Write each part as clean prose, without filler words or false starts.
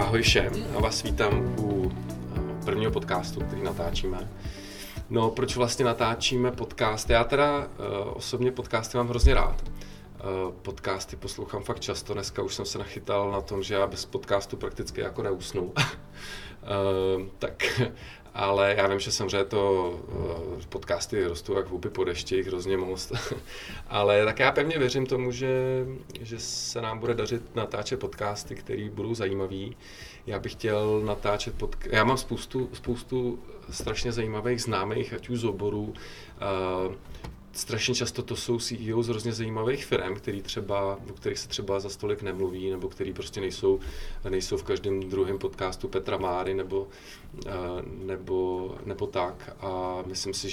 Ahoj všem, já vás vítám u prvního podcastu, který natáčíme. No, proč vlastně natáčíme podcast? Já teda osobně podcasty mám hrozně rád. Podcasty poslouchám fakt často, dneska už jsem se nachytal na tom, že já bez podcastu prakticky jako neusnu. Ale já vím, že samozřejmě podcasty rostou jak houby po dešti, hrozně moc. Ale tak já pevně věřím tomu, že se nám bude dařit natáčet podcasty, které budou zajímavý. Já bych chtěl natáčet já mám spoustu strašně zajímavých známých, ať už z oborů. Strašně často to jsou CEO z hrozně zajímavých firm, o kterých se třeba za stolik nemluví, nebo který prostě nejsou v každém druhém podcastu Petra Máry, nebo tak. A myslím si,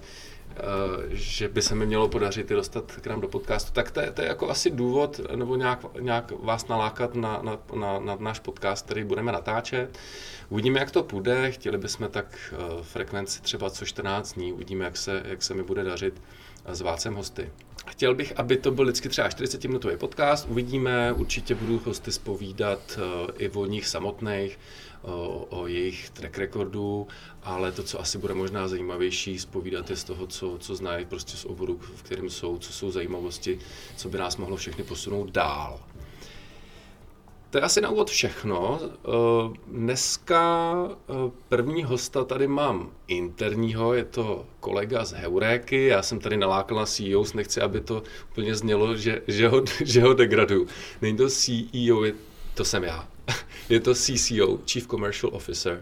že by se mi mělo podařit je dostat k nám do podcastu. Tak to je jako asi důvod, nebo nějak vás nalákat na náš podcast, který budeme natáčet. Uvidíme, jak to půjde. Chtěli bychom tak frekvenci třeba co 14 dní. Uvidíme, jak se mi bude dařit zvát sem hosty. Chtěl bych, aby to byl vždycky třeba 40-minutový podcast. Uvidíme, určitě budu hosty zpovídat i o nich samotných, o jejich track recordu, ale to, co asi bude možná zajímavější, zpovídat je z toho, co znají prostě z oboru, v kterém jsou, co jsou zajímavosti, co by nás mohlo všechny posunout dál. To je asi na úvod všechno. Dneska první hosta tady mám interního, je to kolega z Heuréky. Já jsem tady nalákal na CEOs, nechci, aby to úplně znělo, že ho degraduju. Není to CEO, to jsem já. Je to CCO, Chief Commercial Officer.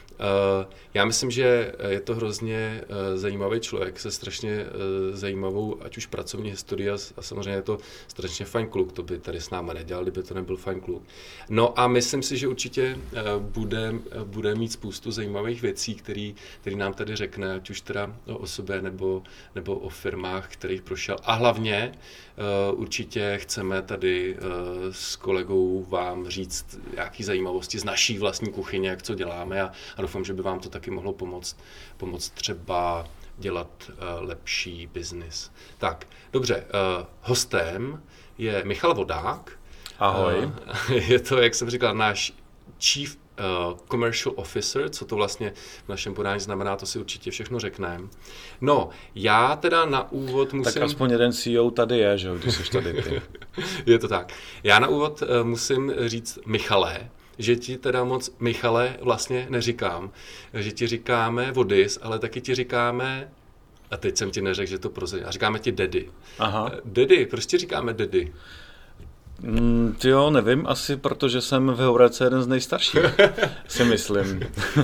Já myslím, že je to hrozně zajímavý člověk se strašně zajímavou, ať už pracovní historií a samozřejmě je to strašně fajn kluk, to by tady s náma nedělal, kdyby to nebyl fajn kluk. No a myslím si, že určitě bude mít spoustu zajímavých věcí, který nám tady řekne, ať už teda o sobě nebo o firmách, kterých prošel. A hlavně určitě chceme tady s kolegou vám říct nějaké zajímavosti z naší vlastní kuchyně, jak co děláme a doufám, že by vám to taky mohlo pomoct třeba dělat lepší biznis. Tak, dobře, hostem je Michal Vodák. Ahoj. Je to, jak jsem říkal, náš Chief Commercial Officer, co to vlastně v našem podání znamená, to si určitě všechno řekneme. No, já teda na úvod musím... Tak aspoň jeden CEO tady je, že jo, když jsi tady ty. Je to tak. Já na úvod musím říct Michale, že ti teda moc Michale vlastně neříkám, že ti říkáme Vodis, ale taky ti říkáme, a teď jsem ti neřekl, že to prozradím, a říkáme ti Daddy. Aha. Daddy, proč ti říkáme Daddy? Jo, nevím, asi protože jsem v Heuréce jeden z nejstarších, si myslím.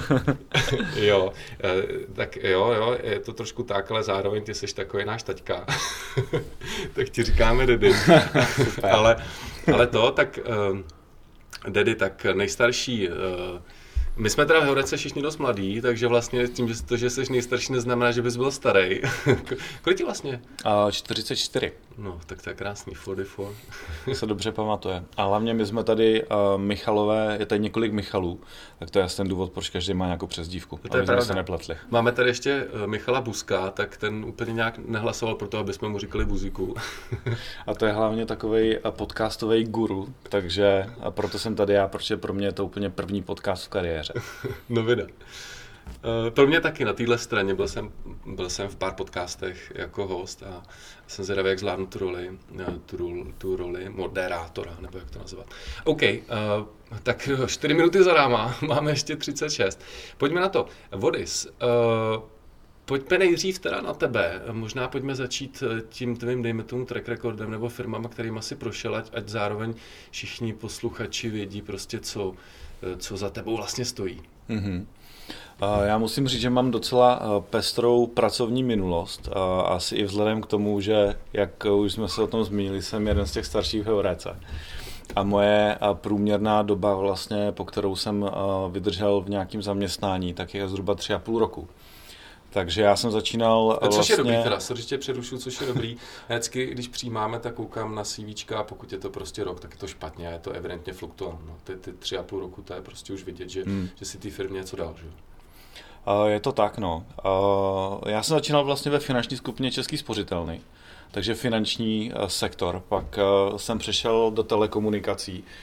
Jo, tak jo, je to trošku tak, ale zároveň ty jsi takový náš taťka. Tak ti říkáme Daddy. ale to, tak... Daddy, tak nejstarší. My jsme teda v Heuréce všichni dost mladí, takže vlastně tím, že jsi nejstarší, neznamená, že bys byl starý. Kolik ti vlastně? 44. No, tak to je krásný, 44. Se dobře pamatuje. A hlavně my jsme tady Michalové, je tady několik Michalů, tak to je ten důvod, proč každý má nějakou přezdívku. To je pravda. Se nepletli. Máme tady ještě Michala Buska, tak ten úplně nějak nehlasoval pro to, aby jsme mu říkali Buziku. A to je hlavně takovej podcastový guru, takže proto jsem tady já, protože pro mě je to úplně první podcast v kariéře. No vida. Pro mě taky na téhle straně, byl jsem v pár podcastech jako host a jsem zvědavý, jak zvládnu tu roli moderátora, nebo jak to nazvat. OK, tak 4 minuty za náma, máme ještě 36. Pojďme na to. Vodis, pojďme nejdřív teda na tebe. Možná pojďme začít tím tvým, dejme tomu, track recordem nebo firmama, kterým asi prošel, ať zároveň všichni posluchači vědí prostě, co za tebou vlastně stojí. Mm-hmm. Já musím říct, že mám docela pestrou pracovní minulost, asi i vzhledem k tomu, že, jak už jsme se o tom zmínili, jsem jeden z těch starších v Heuréce. A moje průměrná doba, vlastně, po kterou jsem vydržel v nějakém zaměstnání, tak je zhruba 3,5 roku. Takže já jsem začínal Což je dobrý teda, sorry, tě přerušu, což je dobrý. Vždycky, když přijímáme, tak koukám na CVčka a pokud je to prostě rok, tak je to špatně, je to evidentně fluktuální. No, ty 3,5 roku, to je prostě už vidět, že si té firmě něco dal, že? Je to tak, no. Já jsem začínal vlastně ve finanční skupině Český spořitelny, takže finanční sektor. Pak jsem přešel do telekomunikací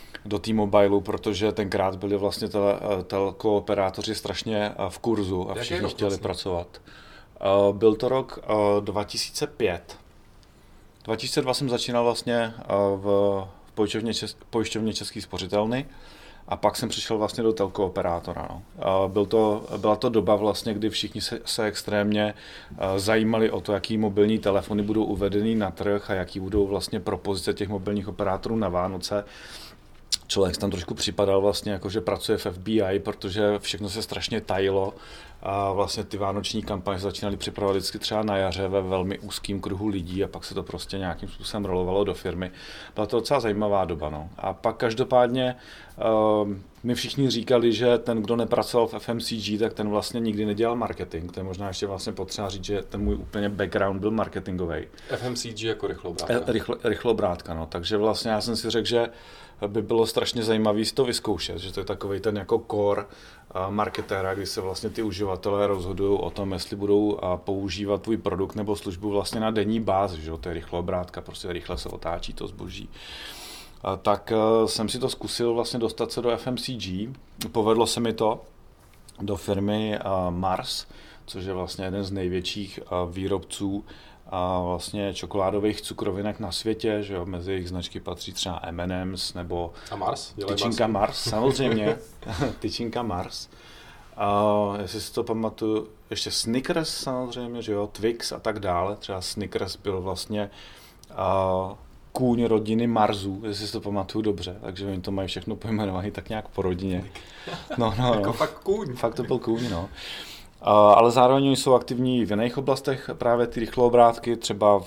do T-Mobileu, protože tenkrát byli vlastně telkooperátoři strašně v kurzu a všichni chtěli pracovat. Byl to rok 2005. 2002 jsem začínal vlastně v pojišťovně České spořitelny a pak jsem přišel vlastně do telkooperátora. No. Byla to doba vlastně, kdy všichni se extrémně zajímali o to, jaký mobilní telefony budou uvedeny na trh a jaký budou vlastně propozice těch mobilních operátorů na Vánoce. Člověk tam trošku připadal vlastně jako, že pracuje v FBI, protože všechno se strašně tajilo a vlastně ty vánoční kampaně začínaly připravovat vždycky třeba na jaře ve velmi úzkým kruhu lidí a pak se to prostě nějakým způsobem rolovalo do firmy. Byla to docela zajímavá doba. No. A pak každopádně my všichni říkali, že ten, kdo nepracoval v FMCG, tak ten vlastně nikdy nedělal marketing. To je možná ještě vlastně potřeba říct, že ten můj úplně background byl marketingový. FMCG jako rychlobrátka. Rychlobrátka, no. Takže vlastně já jsem si řekl, že by bylo strašně zajímavé si to vyzkoušet, že to je takový ten jako core marketéra, kdy se vlastně ty uživatelé rozhodují o tom, jestli budou používat tvůj produkt nebo službu vlastně na denní bázi, že to je rychlobrátka, prostě rychle se otáčí to zboží. Tak jsem si to zkusil vlastně dostat se do FMCG, povedlo se mi to do Mars, což je vlastně jeden z největších výrobců a vlastně čokoládových cukrovinek na světě, že jo, mezi jejich značky patří třeba M&M's nebo tyčinka Mars, samozřejmě, tyčinka Mars. Jestli si to pamatuju, ještě Snickers samozřejmě, že jo, Twix a tak dále, třeba Snickers byl vlastně kůň rodiny Marsů, jestli si to pamatuju dobře, takže oni to mají všechno pojmenované tak nějak po rodině. No. Jako fakt kůň. Fakt to byl kůň, no. Ale zároveň jsou aktivní v jiných oblastech právě ty rychloobrátky, třeba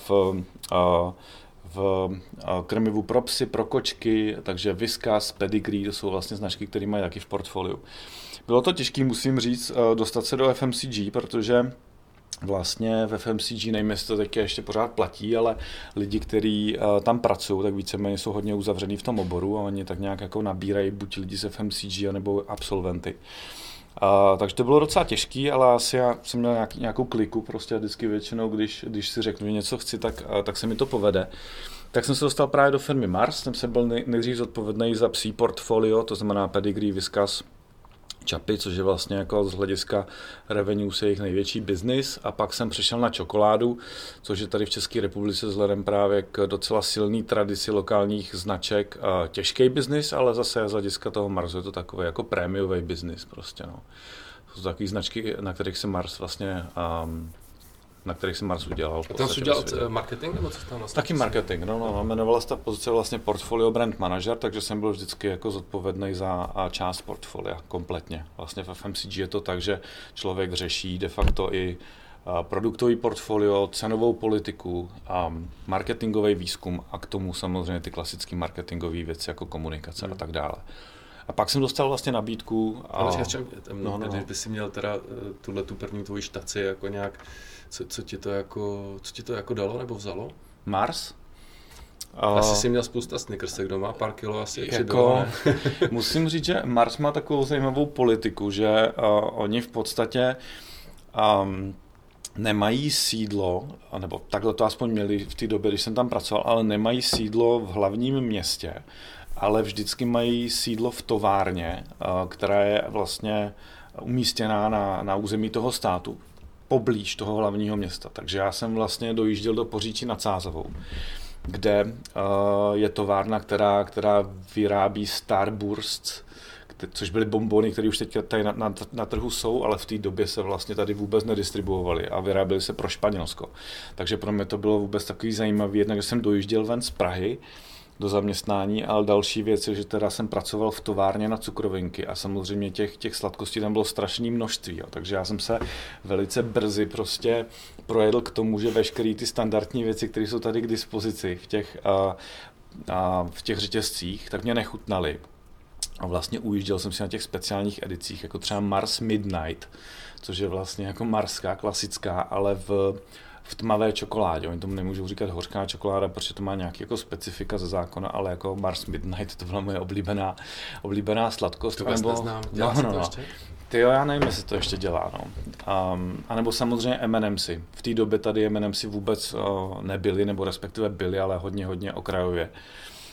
v krmivu pro psy, pro kočky, takže Whiskas, Pedigree, to jsou vlastně značky, které mají taky v portfoliu. Bylo to těžké, musím říct, dostat se do FMCG, protože vlastně v FMCG, nevím, jestli to teď ještě pořád platí, ale lidi, kteří tam pracují, tak víceméně jsou hodně uzavřený v tom oboru a oni tak nějak jako nabírají buď lidi z FMCG, nebo absolventy. Takže to bylo docela těžký, ale asi já jsem měl nějakou kliku, prostě vždycky většinou, když si řeknu, že něco chci, tak se mi to povede. Tak jsem se dostal právě do firmy Mars, tam jsem byl nejdřív zodpovědný za psí portfolio, to znamená Pedigree, Whiskas, Čapy, což je vlastně jako z hlediska revenue se jejich největší biznis, a pak jsem přešel na čokoládu, což je tady v České republice vzhledem právě k docela silný tradici lokálních značek těžký biznis, ale zase z hlediska toho Marsu je to takový jako prémiový biznis prostě, no. To jsou takové značky, na kterých se Mars vlastně udělal. A tam jsi udělal marketing, nebo co tam vlastně? Taky marketing, no. Jmenovala se ta pozice vlastně portfolio brand manager, takže jsem byl vždycky jako zodpovědný za část portfolia kompletně. Vlastně v FMCG je to tak, že člověk řeší de facto i produktový portfolio, cenovou politiku, marketingový výzkum a k tomu samozřejmě ty klasické marketingové věci jako komunikace a tak dále. A pak jsem dostal vlastně nabídku. Když by si měl teda tu první tvoji štaci jako nějak, co ti to jako dalo nebo vzalo? Mars? Asi jsi měl spousta Snickersek doma, pár kilo asi jako, musím říct, že Mars má takovou zajímavou politiku, že oni v podstatě nemají sídlo, nebo takhle to aspoň měli v té době, když jsem tam pracoval, ale nemají sídlo v hlavním městě, ale vždycky mají sídlo v továrně, která je vlastně umístěná na území toho státu, poblíž toho hlavního města. Takže já jsem vlastně dojížděl do Poříčí nad Sázavou, kde je továrna, která vyrábí Starbursts, což byly bonbony, které už teď tady na trhu jsou, ale v té době se vlastně tady vůbec nedistribuovaly a vyráběly se pro Španělsko. Takže pro mě to bylo vůbec takový zajímavý, jednak, že jsem dojížděl ven z Prahy do zaměstnání, ale další věc je, že teda jsem pracoval v továrně na cukrovinky a samozřejmě těch sladkostí tam bylo strašné množství. Jo. Takže já jsem se velice brzy prostě projedl k tomu, že veškeré ty standardní věci, které jsou tady k dispozici v těch řetězcích, tak mě nechutnaly. A vlastně ujížděl jsem si na těch speciálních edicích, jako třeba Mars Midnight, což je vlastně jako marská, klasická, ale v tmavé čokoládě. Oni tomu nemůžou říkat hořká čokoláda, protože to má nějaký jako specifika ze zákona, ale jako Mars Midnight, to byla moje oblíbená sladkost. To vůbec neznám, dělá se to ještě? Tyjo, já nevím, jestli to ještě dělá, no. A nebo samozřejmě M&Msy. V té době tady M&Msy vůbec nebyly, nebo respektive byly, ale hodně okrajově.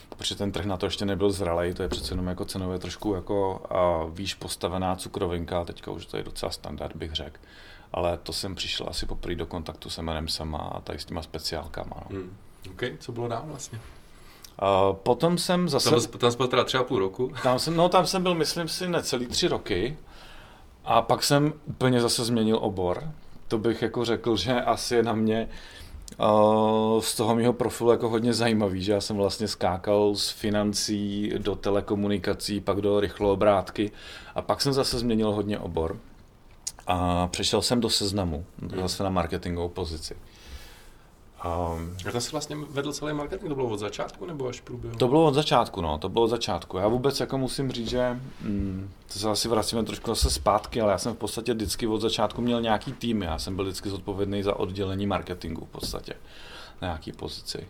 protože ten trh na to ještě nebyl zralej, to je přece jenom jako cenově trošku jako výš postavená cukrovinka, teďka už to je docela standard, bych řekl. Ale to jsem přišel asi poprvé do kontaktu s M&Msama a tady s těma speciálkama. No. OK, co bylo dál vlastně? Potom jsem zase... Tam byl teda 3,5 roku. Tam jsem byl, myslím si, necelý 3 roky. A pak jsem úplně zase změnil obor. To bych jako řekl, že asi je na mě z toho mého profilu jako hodně zajímavý, že já jsem vlastně skákal z financí do telekomunikací, pak do rychloobrátky a pak jsem zase změnil hodně obor a přešel jsem do Seznamu, zase na marketingovou pozici. A to jsi vlastně vedl celý marketing, to bylo od začátku nebo až průběhu? To bylo od začátku, no, to bylo od začátku. Já vůbec jako musím říct, že to se asi vracíme trošku zase zpátky, ale já jsem v podstatě vždycky od začátku měl nějaký tým, já jsem byl vždycky zodpovědný za oddělení marketingu v podstatě, na nějaký pozici.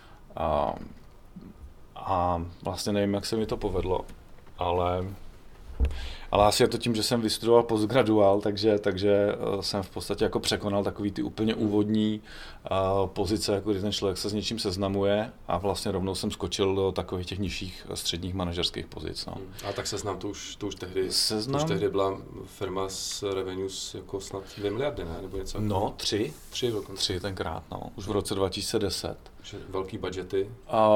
A vlastně nevím, jak se mi to povedlo, ale asi je to tím, že jsem vystudoval postgraduál, takže jsem v podstatě jako překonal takový ty úplně úvodní pozice, jako kdy ten člověk se s něčím seznamuje a vlastně rovnou jsem skočil do takových těch nižších středních manažerských pozic. No. A tak Seznam to už tehdy byla firma s revenues jako snad 2 miliardy, ne? Nebo něco? No, 3 dokonce. 3 tenkrát, no. Už v roce 2010. Velký budgety.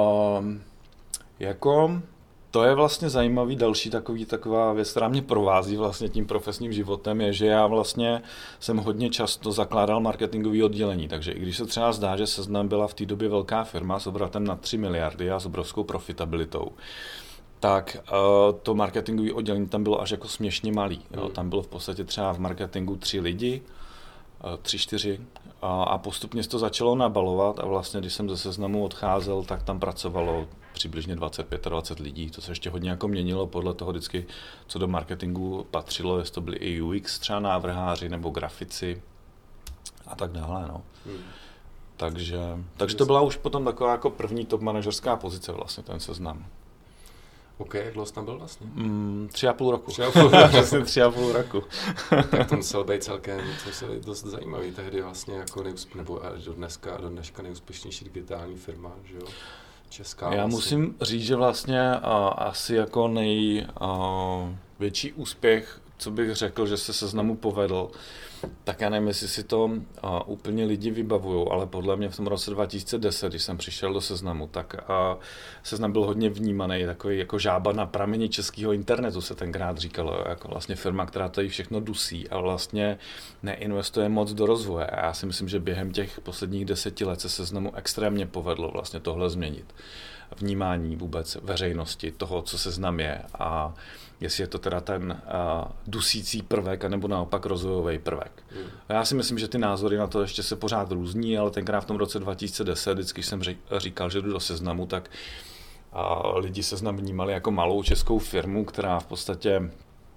To je vlastně zajímavý další taková věc, která mě provází vlastně tím profesním životem, je, že já vlastně jsem hodně často zakládal marketingové oddělení, takže i když se třeba zdá, že Seznam byla v té době velká firma s obratem na 3 miliardy a s obrovskou profitabilitou, tak to marketingové oddělení tam bylo až jako směšně malý. Jo? Tam bylo v podstatě třeba v marketingu 3 lidi, 3-4 a postupně se to začalo nabalovat a vlastně, když jsem ze Seznamu odcházel, tak tam pracovalo přibližně 25 lidí, to se ještě hodně jako měnilo podle toho vždycky, co do marketingu patřilo, jestli to byli i UX třeba návrháři nebo grafici a tak dále, no. Takže to byla už potom taková jako první top manažerská pozice vlastně, ten Seznam. OK, jak dlouho jsi tam byl vlastně? 3,5 roku. 3,5 roku. Tak to musel být celkem dost zajímavý tehdy vlastně jako nebo do dneška nejúspěšnější digitální firma, že jo? Česká. Já musím říct, že vlastně asi jako největší úspěch, co bych řekl, že se Seznamu povedl, tak já nevím, jestli si to úplně lidi vybavujou, ale podle mě v tom roce 2010, když jsem přišel do Seznamu, tak Seznam byl hodně vnímaný, takový jako žába na prameni českého internetu se tenkrát říkalo, jako vlastně firma, která tady všechno dusí a vlastně neinvestuje moc do rozvoje. A já si myslím, že během těch posledních 10 let se Seznamu extrémně povedlo vlastně tohle změnit. Vnímání vůbec veřejnosti, toho, co Seznam je a jestli je to teda ten dusící prvek, anebo naopak rozvojový prvek. Já si myslím, že ty názory na to ještě se pořád různí, ale tenkrát v tom roce 2010, vždycky jsem říkal, že jdu do Seznamu, tak lidi Seznam vnímali jako malou českou firmu, která v podstatě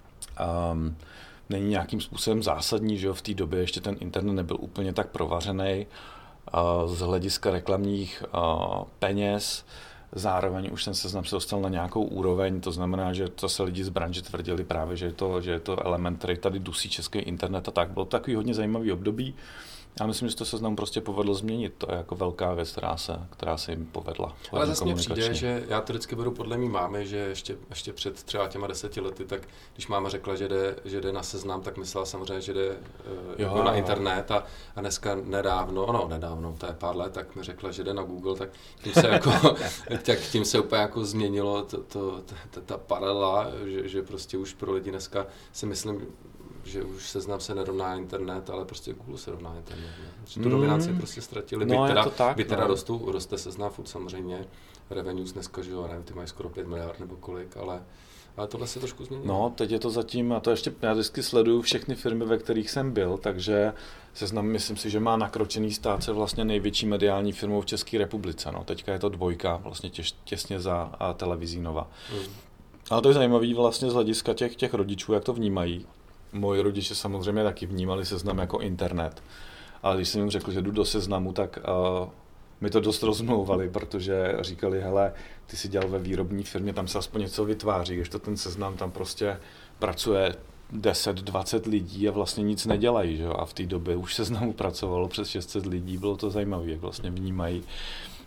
není nějakým způsobem zásadní, že jo? V té době ještě ten internet nebyl úplně tak provařený z hlediska reklamních peněz. Zároveň už ten Seznam se dostal na nějakou úroveň, to znamená, že to se lidi z branže tvrdili právě, že je to element, který tady dusí český internet a tak. Bylo to takový hodně zajímavý období. Já myslím, že to Seznam prostě povedlo změnit. To je jako velká věc, která se jim povedla. Ale zase mně přijde, že já to vždycky beru podle mý mámy, že ještě před třeba těma 10 lety, tak když máma řekla, že jde na Seznam, tak myslela samozřejmě, že jde na internet a dneska nedávno, to je pár let, tak mi řekla, že jde na Google, tak tím se úplně jako změnilo ta paralela, že prostě už pro lidi dneska si myslím, že už Seznam se nerovná internet, ale prostě Google se rovná internet. Tu dominaci prostě ztratili. Byť teda roste Seznam furt samozřejmě. Revenues dneska, že jo, nevím, ty mají skoro 5 miliard nebo kolik, ale tohle se trošku změnilo. No, teď je to zatím, a to ještě já vždycky sleduju všechny firmy, ve kterých jsem byl, takže Seznam, myslím si, že má nakročený stát se vlastně největší mediální firmou v České republice. No, teďka je to 2, vlastně těsně za televizí Nova. Ale to je zajímavý vlastně z hlediska těch rodičů, jak to vnímají. Moji rodiče samozřejmě taky vnímali Seznam jako internet, ale když jsem jim řekl, že jdu do Seznamu, tak mi to dost rozmlouvali, protože říkali, hele, ty jsi dělal ve výrobní firmě, tam se aspoň něco vytváří, když to ten Seznam tam prostě pracuje 10-20 lidí a vlastně nic nedělají, že jo? A v té době už Seznamu pracovalo přes 600 lidí, bylo to zajímavé, jak vlastně vnímají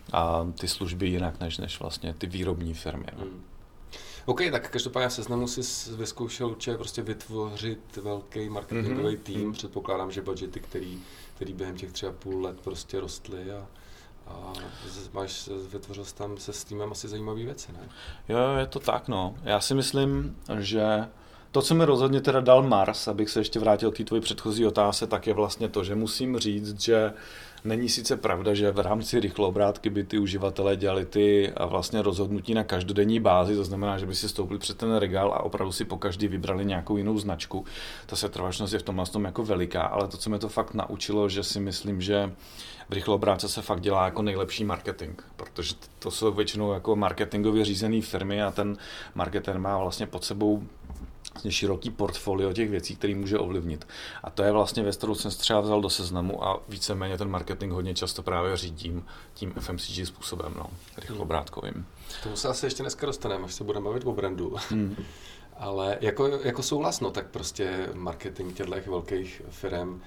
a ty služby jinak než vlastně ty výrobní firmy. No. OK, tak každopádně v Seznamu si vyzkoušel určitě prostě vytvořit velký marketingový tým. Předpokládám, že budžety, který během těch 3,5 let prostě rostly a vytvořil jsi tam se s týmem asi zajímavé věci, ne? Jo, je to tak, no. Já si myslím, že to, co mi rozhodně teda dal Mars, abych se ještě vrátil k té tvojí předchozí otázce, tak je vlastně to, že musím říct, že není sice pravda, že v rámci rychloobrátky by ty uživatelé dělali ty a vlastně rozhodnutí na každodenní bázi, to znamená, že by si stoupili před ten regál a opravdu si po každý vybrali nějakou jinou značku. Ta setrvačnost je v tomhle tom jako veliká, ale to, co mě to fakt naučilo, že si myslím, že v rychloobrátce se fakt dělá jako nejlepší marketing, protože to jsou většinou jako marketingově řízené firmy a ten marketér má vlastně pod sebou široký portfolio těch věcí, které může ovlivnit. A to je vlastně věc, kterou jsem třeba vzal do Seznamu a víceméně ten marketing hodně často právě řídím tím FMCG způsobem, no, rychlobrátkovým. K tomu se asi ještě dneska dostaneme, až se budeme bavit o brandu. Ale jako souhlasno, tak prostě marketing těchto velkých firm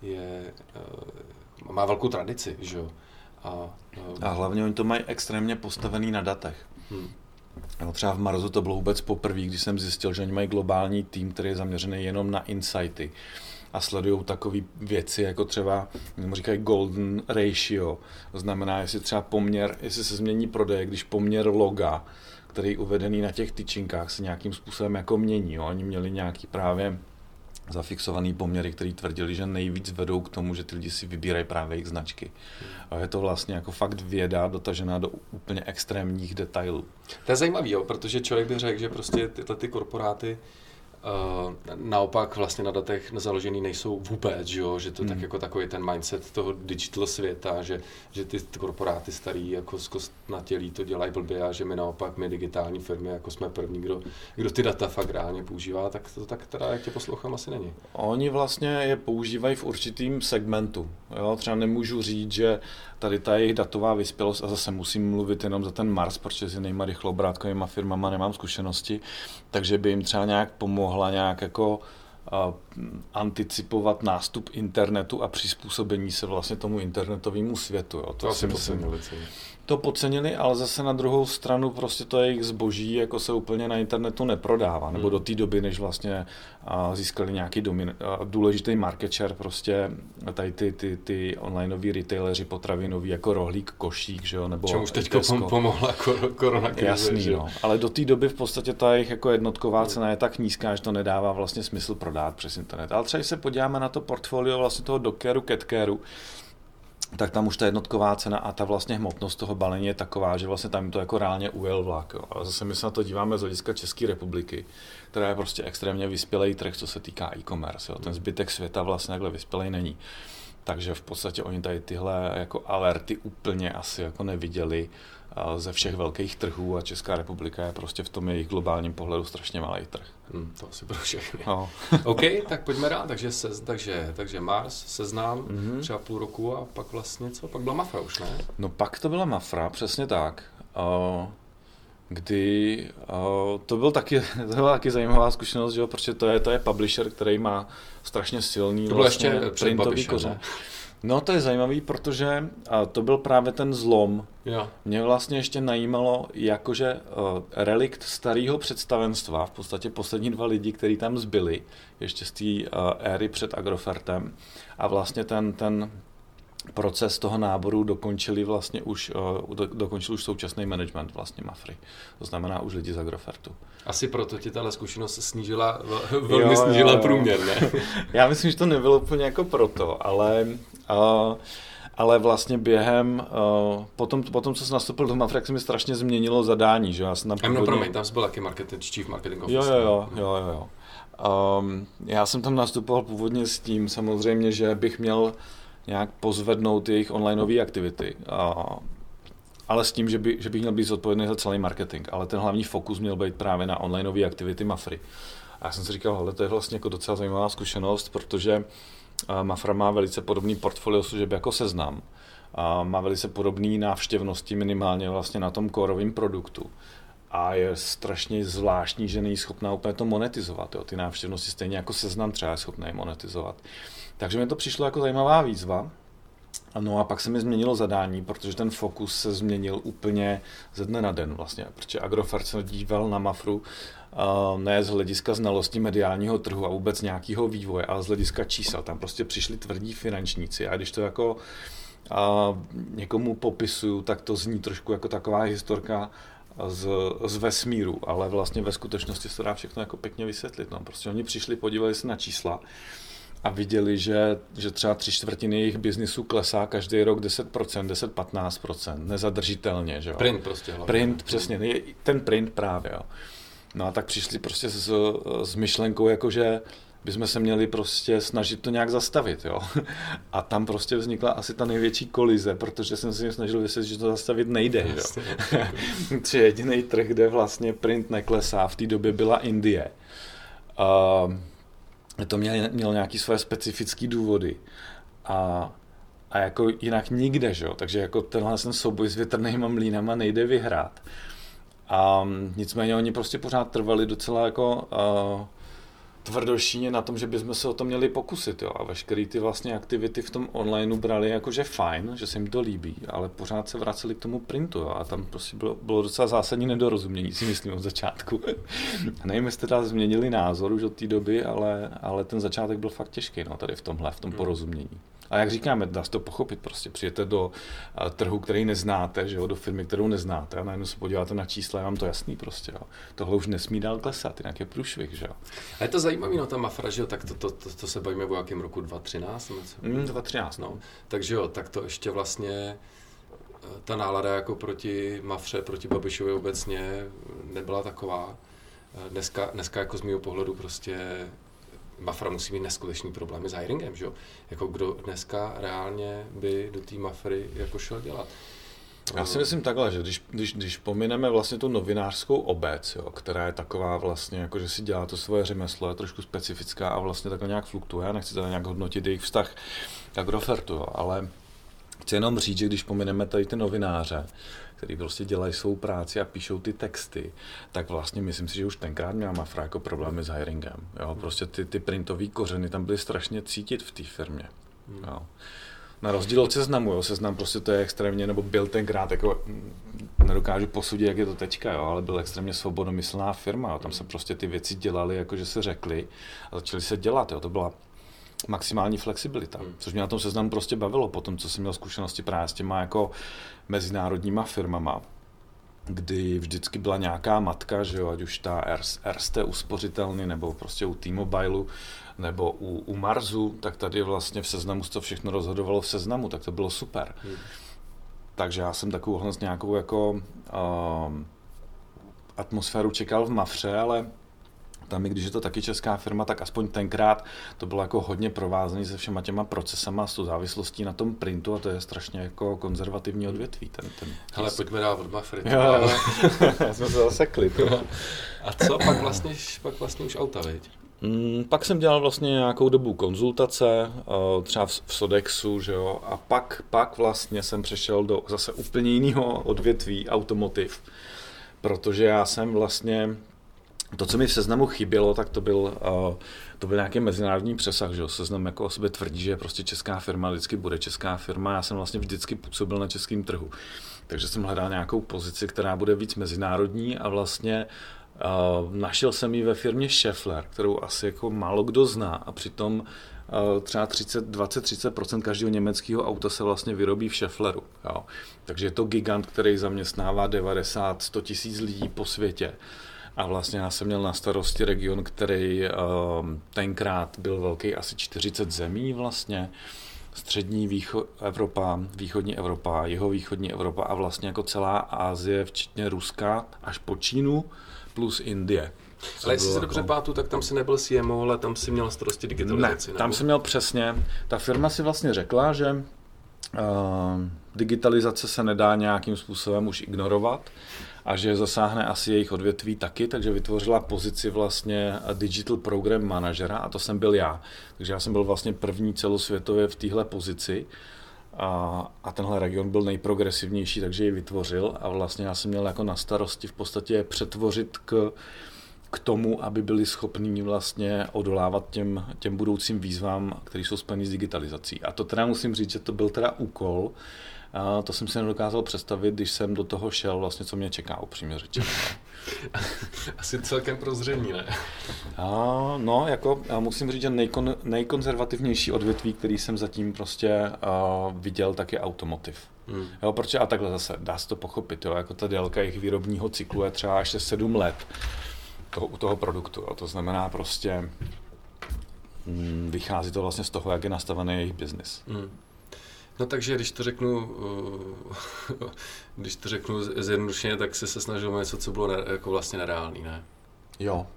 má velkou tradici, že jo? A hlavně oni to mají extrémně postavený na datech. No, třeba v Marsu to bylo vůbec poprvé, když jsem zjistil, že oni mají globální tým, který je zaměřený jenom na insighty a sledují takové věci, jako třeba, říkají golden ratio, to znamená, jestli třeba jestli se změní prodej, když poměr loga, který je uvedený na těch tyčinkách, se nějakým způsobem jako mění. Jo. Oni měli nějaký právě zafixovaný poměry, který tvrdili, že nejvíc vedou k tomu, že ty lidi si vybírají právě jejich značky. A je to vlastně jako fakt věda dotažená do úplně extrémních detailů. To je zajímavý, jo, protože člověk by řekl, že prostě tyhle ty korporáty naopak vlastně na datech založený nejsou vůbec, že to tak jako takový ten mindset toho digital světa, že ty korporáty starý jako zkostnatělí to dělají blbě a že my digitální firmy jako jsme první, kdo ty data fakt reálně používá, tak to tak teda, jak tě poslouchám, asi není. Oni vlastně je používají v určitým segmentu. Jo? Třeba nemůžu říct, že tady ta jejich datová vyspělost, a zase musím mluvit jenom za ten Mars, protože s jinýma rychloobrátkovýma firmama nemám zkušenosti, takže by jim třeba nějak pomohla nějak jako anticipovat nástup internetu a přizpůsobení se vlastně tomu internetovému světu. Jo. To si myslím. To podcenili, ale zase na druhou stranu prostě to jejich zboží jako se úplně na internetu neprodává, nebo do té doby, než vlastně získali nějaký důležitý market share, prostě tady ty onlineoví retaileři potravinoví jako Rohlík, Košík, že jo, nebo čemuž teď pomohla korona krize. Jasný, no. Ale do té doby v podstatě ta jejich jako jednotková cena je tak nízká, že to nedává vlastně smysl prodat přes internet. Ale třeba když se podíváme na to portfolio vlastně toho Dockeru, Catcaru, tak tam už ta jednotková cena a ta vlastně hmotnost toho balení je taková, že vlastně tam to jako reálně ujel vlak. Jo. Ale zase my se na to díváme z hlediska České republiky, která je prostě extrémně vyspělý trh, co se týká e-commerce. Jo. Ten zbytek světa vlastně takhle vyspělej není. Takže v podstatě oni tady tyhle jako alerty úplně asi jako neviděli ze všech velkých trhů a Česká republika je prostě v tom jejich globálním pohledu strašně malý trh. To asi pro všechny. No. OK, tak pojďme dál. Takže Mars, Seznam, třeba půl roku a pak vlastně co? Pak byla Mafra už, ne? No pak to byla Mafra, přesně tak. Kdy to byla taky zajímavá zkušenost, že jo, protože to je publisher, který má strašně silný vlastně printový kořen. No to je zajímavý, protože to byl právě ten zlom. Jo. Mě vlastně ještě najímalo jakože relikt starého představenstva, v podstatě poslední 2 lidi, kteří tam zbyli, ještě z té éry před Agrofertem a vlastně ten proces toho náboru dokončil už současný management vlastně Mafry. To znamená už lidi z Agrofertu. Asi proto ti tahle zkušenost snížila průměr, ne? Já myslím, že to nebylo úplně jako proto, ale vlastně během, potom co jsem nastoupil do Mafry, jak se mi strašně změnilo zadání, že já jsem tam promiň, tam byl taky chief marketing officer. Jo. Já jsem tam nastupoval původně s tím samozřejmě, že bych měl nějak pozvednout jejich onlineové aktivity. Ale s tím, že bych měl být zodpovědný za celý marketing. Ale ten hlavní fokus měl být právě na onlineové aktivity Mafry. A já jsem si říkal, hele, to je vlastně jako docela zajímavá zkušenost, protože Mafra má velice podobný portfolio služeb jako Seznam. Má velice podobné návštěvnosti minimálně vlastně na tom coreovém produktu. A je strašně zvláštní, že není schopná úplně to monetizovat. Jo. Ty návštěvnosti stejně jako Seznam třeba je schopný monetizovat. Takže mi to přišlo jako zajímavá výzva. No a pak se mi změnilo zadání, protože ten fokus se změnil úplně ze dne na den vlastně, protože Agrofert se díval na Mafru ne z hlediska znalosti mediálního trhu a vůbec nějakého vývoje, ale z hlediska čísel. Tam prostě přišli tvrdí finančníci a když to jako někomu popisuju, tak to zní trošku jako taková historka z vesmíru, ale vlastně ve skutečnosti se dá všechno jako pěkně vysvětlit. No. Prostě oni přišli, podívali se na čísla a viděli, že třeba 3/4 jejich biznisu klesá každý rok 10%, 10-15%, nezadržitelně. Že jo? Print prostě hlavně. Print, přesně, ten print právě. Jo. No a tak přišli prostě s myšlenkou, jakože bychom se měli prostě snažit to nějak zastavit. Jo. A tam prostě vznikla asi ta největší kolize, protože jsem se jim snažil vysvětlit, že to zastavit nejde. Jo. Tři jediný trh, kde vlastně print neklesá, v té době byla Indie. To mělo nějaké své specifické důvody. A jako jinak nikde, že jo? Takže jako tenhle souboj s větrnýma mlýnama nejde vyhrát. A nicméně oni prostě pořád trvali docela jako tvrdošíně na tom, že bychom se o to měli pokusit. Jo? A veškeré ty vlastně aktivity v tom onlineu brali jakože fajn, že se jim to líbí, ale pořád se vraceli k tomu printu. Jo? A tam prostě bylo docela zásadní nedorozumění, si myslím, od začátku. Nevím, jestli teda změnili názor už od té doby, ale ten začátek byl fakt těžký, no, tady v tom porozumění. A jak říkáme, dá se to pochopit, prostě přijete do trhu, který neznáte, že jo, do firmy, kterou neznáte a najednou se podíváte na čísla, je vám to jasný prostě, jo. Tohle už nesmí dál klesat, jinak je průšvih, že jo. A je to zajímavý, no ta Mafra, že jo, tak to se bavíme o jakém roku, 2013? 2013, no. Takže jo, tak to ještě vlastně ta nálada jako proti Mafře, proti Babišovi obecně nebyla taková. Dneska jako z mého pohledu prostě Mafra musí mít neskutečný problémy s hiringem, že jo? Jako kdo dneska reálně by do té Mafry jako šel dělat. Já si myslím takhle, že když pomineme vlastně tu novinářskou obec, jo, která je taková vlastně, jako že si dělá to svoje řemeslo, je trošku specifická a vlastně takhle nějak fluktuje, já nechci teda nějak hodnotit jejich vztah k Agrofertu, jo, ale chci jenom říct, že když pomineme tady ty novináře, který prostě dělají svou práci a píšou ty texty, tak vlastně myslím si, že už tenkrát měla Mafra jako problémy s hiringem. Jo? Prostě ty printové kořeny tam byly strašně cítit v té firmě. Jo? Na rozdíl od Seznamu, jo? Seznam prostě to je extrémně, nebo byl tenkrát, jako, nedokážu posudit, jak je to teďka, jo? Ale byl extrémně svobodomyslná firma. Jo? Tam se prostě ty věci dělaly, jako že se řekly a začaly se dělat. Jo? To byla maximální flexibilita, což mě na tom Seznamu prostě bavilo po tom, co jsem měl zkušenosti právě s těma jako mezinárodníma firmama, kdy vždycky byla nějaká matka, že jo, ať už ta Erste uspořitelny, nebo prostě u T-Mobileu, nebo u Marzu, tak tady vlastně v Seznamu to všechno rozhodovalo v Seznamu, tak to bylo super. Takže já jsem takovou nějakou jako atmosféru čekal v Mafře, ale tam, i když je to taky česká firma, tak aspoň tenkrát to bylo jako hodně provázané se všema těma procesama, s tou závislostí na tom printu a to je strašně jako konzervativní odvětví. Hele, pojďme dál od Mafry. Jo, jsme se zasekli. A co pak vlastně už auta, viď? Pak jsem dělal vlastně nějakou dobu konzultace, třeba v Sodexu, že jo, a pak vlastně jsem přešel do zase úplně jiného odvětví, automotiv, protože já jsem vlastně to, co mi v Seznamu chybělo, tak to byl nějaký mezinárodní přesah, že jo. Seznam jako o sobě tvrdí, že je prostě česká firma, vždycky bude česká firma. Já jsem vlastně vždycky působil na českém trhu. Takže jsem hledal nějakou pozici, která bude víc mezinárodní a vlastně našel jsem ji ve firmě Schaeffler, kterou asi jako málo kdo zná a přitom třeba 20-30% každého německého auta se vlastně vyrobí v Schaeffleru. Jo. Takže je to gigant, který zaměstnává 90-100 tisíc lidí po světě. A vlastně já jsem měl na starosti region, který tenkrát byl velký asi 40 zemí vlastně. Střední Evropa, východní Evropa, jihovýchodní Evropa a vlastně jako celá Asie, včetně Ruska, až po Čínu, plus Indie. Ale jestli se dobře pamatuju, tak tam si nebyl CMO, ale tam si měl starosti digitalizaci. Ne, tam jsem měl přesně. Ta firma si vlastně řekla, že digitalizace se nedá nějakým způsobem už ignorovat a že zasáhne asi jejich odvětví taky, takže vytvořila pozici vlastně Digital Program Managera a to jsem byl já. Takže já jsem byl vlastně první celosvětově v téhle pozici a tenhle region byl nejprogresivnější, takže ji vytvořil a vlastně já jsem měl jako na starosti v podstatě přetvořit k k tomu, aby byli schopní vlastně odolávat těm budoucím výzvám, které jsou spojené s digitalizací. A to teda musím říct, že to byl teda úkol, a to jsem si nedokázal představit, když jsem do toho šel, vlastně, co mě čeká, upřímně řečeno. Asi celkem prozření, ne? No, jako musím říct, že nejkonzervativnější odvětví, který jsem zatím prostě viděl, tak je automotiv. Jo, protože a takhle zase dá se to pochopit, jo, jako ta délka jejich výrobního cyklu je třeba ještě 7 let u toho produktu. Jo. To znamená prostě, vychází to vlastně z toho, jak je nastavený jejich biznis. No takže když to řeknu zjednodušeně, tak se snažil něco, co bylo jako vlastně nereálný, ne? Jo.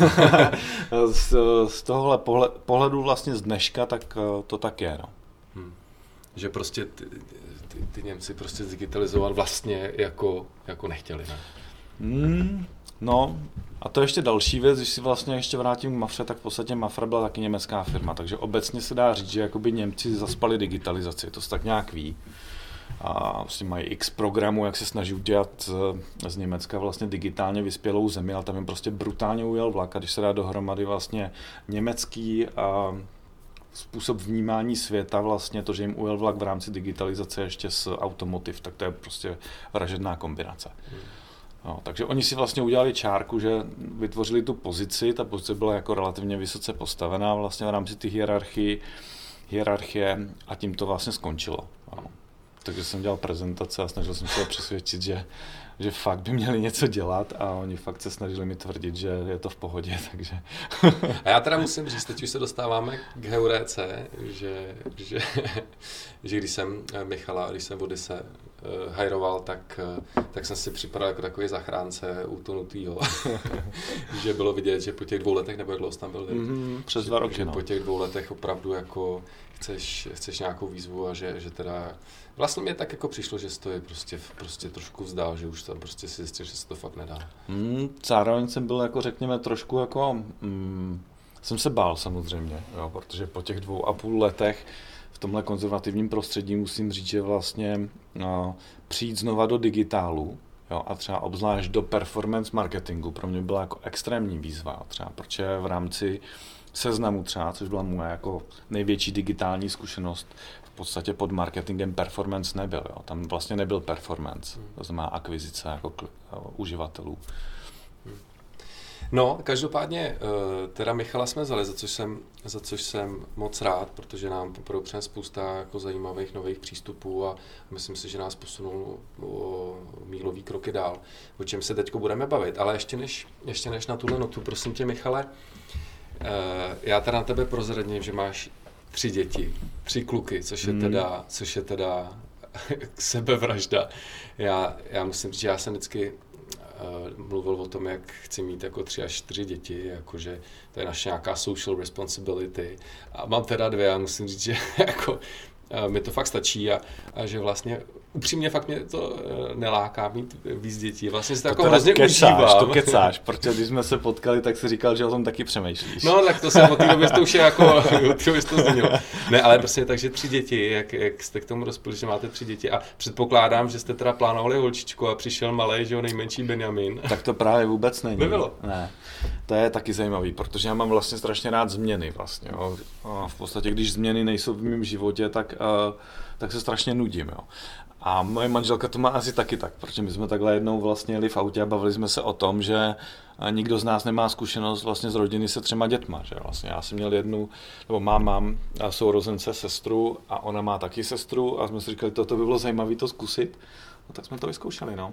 z tohohle pohledu vlastně z dneška, tak to tak je, no. Že prostě ty Němci prostě digitalizovat vlastně jako nechtěli, ne? No, a to je ještě další věc, když si vlastně ještě vrátím k Mafře, tak v podstatě Mafra byla taky německá firma, takže obecně se dá říct, že jakoby Němci zaspali digitalizaci, to se tak nějak ví. A vlastně mají x programů, jak se snaží udělat z Německa vlastně digitálně vyspělou zemi, ale tam jim prostě brutálně ujel vlak, a když se dá dohromady vlastně německý způsob vnímání světa, vlastně to, že jim ujel vlak v rámci digitalizace ještě s automotiv, tak to je prostě vražedná kombinace. No, takže oni si vlastně udělali čárku, že vytvořili tu pozici, ta pozice byla jako relativně vysoce postavená vlastně v rámci té hierarchie a tím to vlastně skončilo. No. Takže jsem dělal prezentace a snažil jsem se přesvědčit, že fakt by měli něco dělat, a oni fakt se snažili mi tvrdit, že je to v pohodě, takže... A já teda musím říct, teď už se dostáváme k Heuréce, že když jsem Michala, když jsem v Odyse hajroval, tak jsem si připadal jako takový zachránce utonutýho. Že bylo vidět, že po těch 2 letech, nebo jak dlouho tam byl, přes 2 roky, no. Po těch 2 letech opravdu jako chceš nějakou výzvu, a že teda vlastně mě tak jako přišlo, že to je prostě trošku vzdál, že už tam prostě si zjistil, že se to fakt nedá. Zároveň jsem byl jako řekněme trošku jako jsem se bál samozřejmě, jo, protože po těch 2,5 letech v tomhle konzervativním prostředí musím říct, že vlastně přijít znova do digitálu, jo, a třeba obzvlášť do performance marketingu pro mě byla jako extrémní výzva, třeba protože v rámci Seznamu třeba, což byla moje jako největší digitální zkušenost, v podstatě pod marketingem performance nebyl, jo. Tam vlastně nebyl performance, to znamená akvizice jako uživatelů. No, každopádně teda Michala jsme vzali, za což jsem moc rád, protože nám poprvé přinesl spousta jako zajímavých nových přístupů a myslím si, že nás posunul o mílový kroky dál, o čem se teď budeme bavit. Ale ještě než na tuhle notu, prosím tě, Michale, já teda na tebe prozradím, že máš 3 děti, 3 kluky, což je teda sebevražda. Já musím říct, že já jsem vždycky mluvil o tom, jak chci mít jako 3 až 4 děti, jakože to je naše nějaká social responsibility. A mám teda 2 a musím říct, že jako mi to fakt stačí a že vlastně upřímně fakt mě to neláká mít víc dětí. Vlastně si to jako hrozně užívám. To kecáš, protože když jsme se potkali, tak si říkal, že o tom taky přemýšlíš. No, tak to jsem od té doby to už je jako, to změnilo. Ne, ale prostě takže 3 děti, jak jste k tomu dospěli, že máte 3 děti a předpokládám, že jste teda plánovali holčičku a přišel malej, že jo, nejmenší Benjamin. Tak to právě vůbec není. Nebylo? Ne. To je taky zajímavý, protože já mám vlastně strašně rád změny vlastně, jo. A v podstatě, když změny nejsou v mém životě, tak se strašně nudím, jo. A moje manželka to má asi taky tak, protože my jsme takhle jednou vlastně jeli v autě a bavili jsme se o tom, že nikdo z nás nemá zkušenost vlastně z rodiny se 3 dětma, že vlastně já jsem měl mám sourozence, sestru a ona má taky sestru a jsme si říkali, to by bylo zajímavé to zkusit, no tak jsme to vyzkoušeli, no.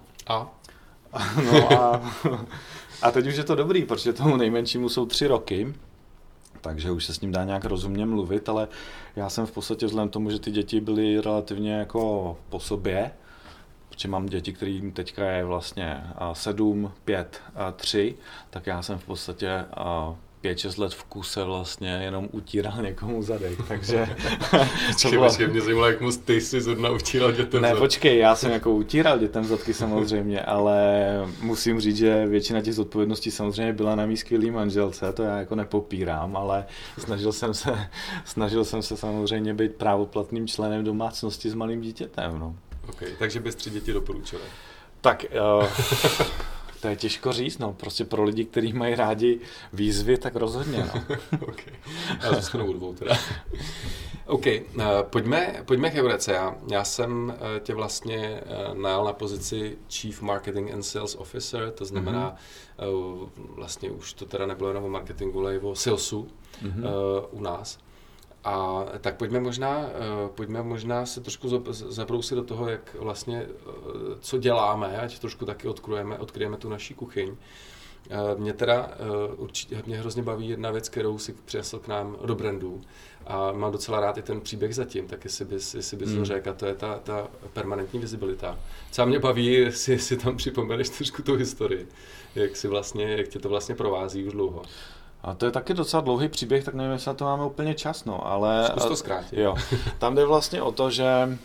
A teď už je to dobrý, protože tomu nejmenšímu jsou 3 roky, takže už se s ním dá nějak rozumně mluvit, ale já jsem v podstatě vzhledem tomu, že ty děti byly relativně jako po sobě, protože mám děti, kterým teďka je vlastně 7, 5 a 3, tak já jsem v podstatě 5-6 let v kuse vlastně jenom utíral někomu zadek, takže... Počkej, mě zajímalo, jak moc ty jsi zrovna utíral dětem zadky. Ne, počkej, já jsem jako utíral dětem zadky samozřejmě, ale musím říct, že většina těch zodpovědností samozřejmě byla na mý skvělý manželce, to já jako nepopírám, ale snažil jsem se samozřejmě být právoplatným členem domácnosti s malým dítětem, no. Okay, takže bez 3 děti doporučil. Tak... To je těžko říct, no, prostě pro lidi, kteří mají rádi výzvy, tak rozhodně, no. Okay. Já zůstanu u dvou teda. OK, pojďme k Heurece. Já jsem tě vlastně najal na pozici Chief Marketing and Sales Officer, to znamená, vlastně už to teda nebylo jenom o marketingu, ale i o salesu u nás. A tak pojďme možná se trošku zabrousit do toho, jak vlastně, co děláme, ať trošku taky odkryjeme tu naší kuchyň. Mě teda určitě mě hrozně baví jedna věc, kterou si přinesl k nám do brandu a mám docela rád i ten příběh zatím, tak jestli bys to řekl, a to je ta permanentní vizibilita. Co mě baví, jestli si tam připomeneš trošku tu historii, jak tě to vlastně provází už dlouho. A to je taky docela dlouhý příběh, tak nevím, jestli na to máme úplně čas, no, ale... Zkus to zkrátit. Jo. Tam jde vlastně o to, že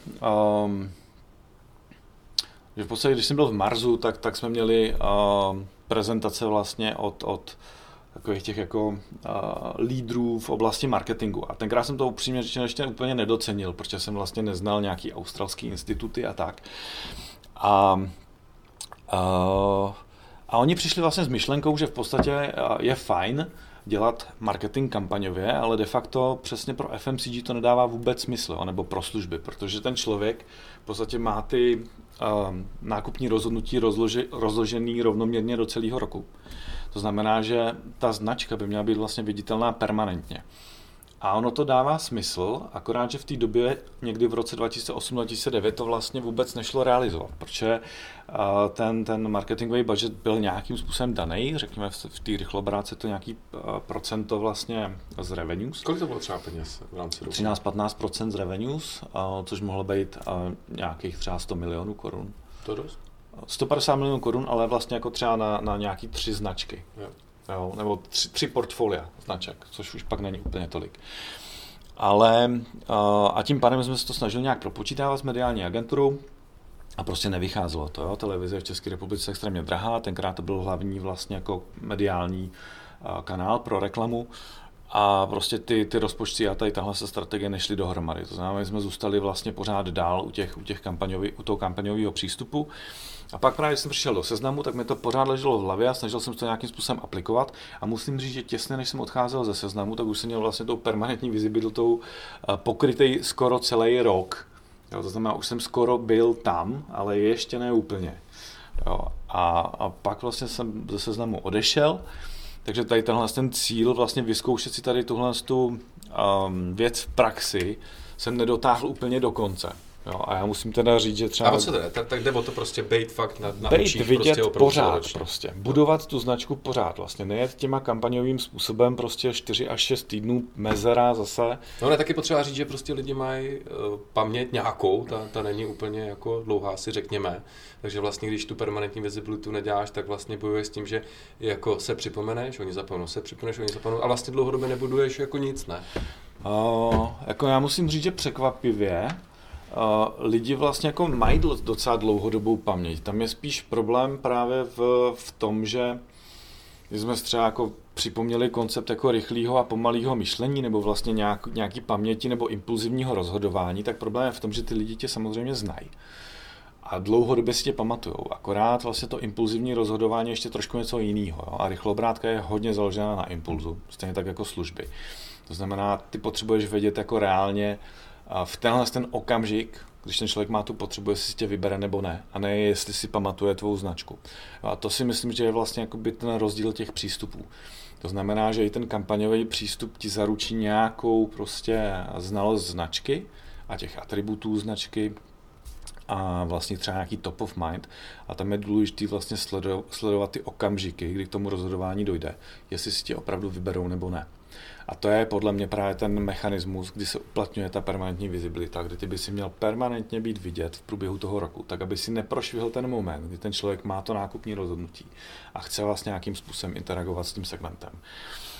v podstatě, když jsem byl v Marzu, tak jsme měli prezentace vlastně od takových těch jako lídrů v oblasti marketingu. A tenkrát jsem to upřímně řečeno ještě úplně nedocenil, protože jsem vlastně neznal nějaký australský instituty a tak. A oni přišli vlastně s myšlenkou, že v podstatě je fajn dělat marketing kampaňově, ale de facto přesně pro FMCG to nedává vůbec smysl, nebo pro služby, protože ten člověk v podstatě má ty nákupní rozhodnutí rozložený rovnoměrně do celého roku. To znamená, že ta značka by měla být vlastně viditelná permanentně. A ono to dává smysl, akorát, že v té době, někdy v roce 2008-2009, to vlastně vůbec nešlo realizovat, protože ten marketingový budget byl nějakým způsobem daný, řekněme v té rychlobráce to nějaký procento vlastně z revenues. Kolik to bylo třeba peněz v rámci roku? 13-15% z revenues, což mohlo být nějakých třeba 100 milionů korun. To dost? 150 milionů korun, ale vlastně jako třeba na nějaký 3 značky. Jo, nebo 3 portfolia značek, což už pak není úplně tolik. Ale a tím pádem jsme se to snažili nějak propočítávat s mediální agenturou a prostě nevycházelo to. Jo. Televize v České republice je extrémně drahá, tenkrát to byl hlavní vlastně jako mediální kanál pro reklamu a prostě ty rozpočty a tady tahle strategie nešly dohromady. To znamená, že jsme zůstali vlastně pořád dál u toho kampaňového přístupu. A pak právě, když jsem přišel do Seznamu, tak mi to pořád leželo v hlavě a snažil jsem to nějakým způsobem aplikovat. A musím říct, že těsně než jsem odcházel ze Seznamu, tak už jsem měl vlastně tou permanentní vizibilitou pokrytej skoro celý rok. Jo, to znamená, už jsem skoro byl tam, ale ještě ne úplně. Jo, a pak vlastně jsem ze Seznamu odešel, takže tady ten cíl vlastně vyzkoušet si tady tuhle věc v praxi jsem nedotáhl úplně do konce. Jo, a já musím teda říct, že třeba... A co to je? Tak jde o to prostě bejt fakt na očích. Vidět prostě pořád prostě. Budovat tu značku pořád vlastně. Nejet těma kampaňovým způsobem prostě 4 až 6 týdnů mezera zase. No ale taky potřeba říct, že prostě lidi mají paměť nějakou, ta není úplně jako dlouhá, si řekněme. Takže vlastně, když tu permanentní vizibilitu neděláš, tak vlastně bojuješ s tím, že jako se připomeneš, oni zapomenou, a vlastně dlouhodobě nebuduješ jako nic, ne? Jako já musím říct, že překvapivě lidi vlastně jako mají docela dlouhodobou paměť. Tam je spíš problém právě v tom, že jsme třeba jako připomněli koncept jako rychlého a pomalého myšlení nebo vlastně nějaký paměti nebo impulzivního rozhodování, tak problém je v tom, že ty lidi tě samozřejmě znají. A dlouhodobě si tě pamatujou. Akorát vlastně to impulzivní rozhodování je ještě trošku něco jiného. Jo? A rychlobrátka je hodně založená na impulzu, stejně tak jako služby. To znamená, ty potřebuješ vědět jako reálně v ten okamžik, když ten člověk má tu potřebu, jestli si tě vybere nebo ne, a ne jestli si pamatuje tvou značku. A to si myslím, že je vlastně jakoby ten rozdíl těch přístupů. To znamená, že i ten kampaňový přístup ti zaručí nějakou prostě znalost značky a těch atributů značky a vlastně třeba nějaký top of mind. A tam je důležité vlastně sledovat ty okamžiky, kdy k tomu rozhodování dojde, jestli si tě opravdu vyberou nebo ne. A to je podle mě právě ten mechanismus, kdy se uplatňuje ta permanentní vizibilita, kdy ty by si měl permanentně být vidět v průběhu toho roku, tak aby si neprošvihl ten moment, kdy ten člověk má to nákupní rozhodnutí a chce vlastně nějakým způsobem interagovat s tím segmentem.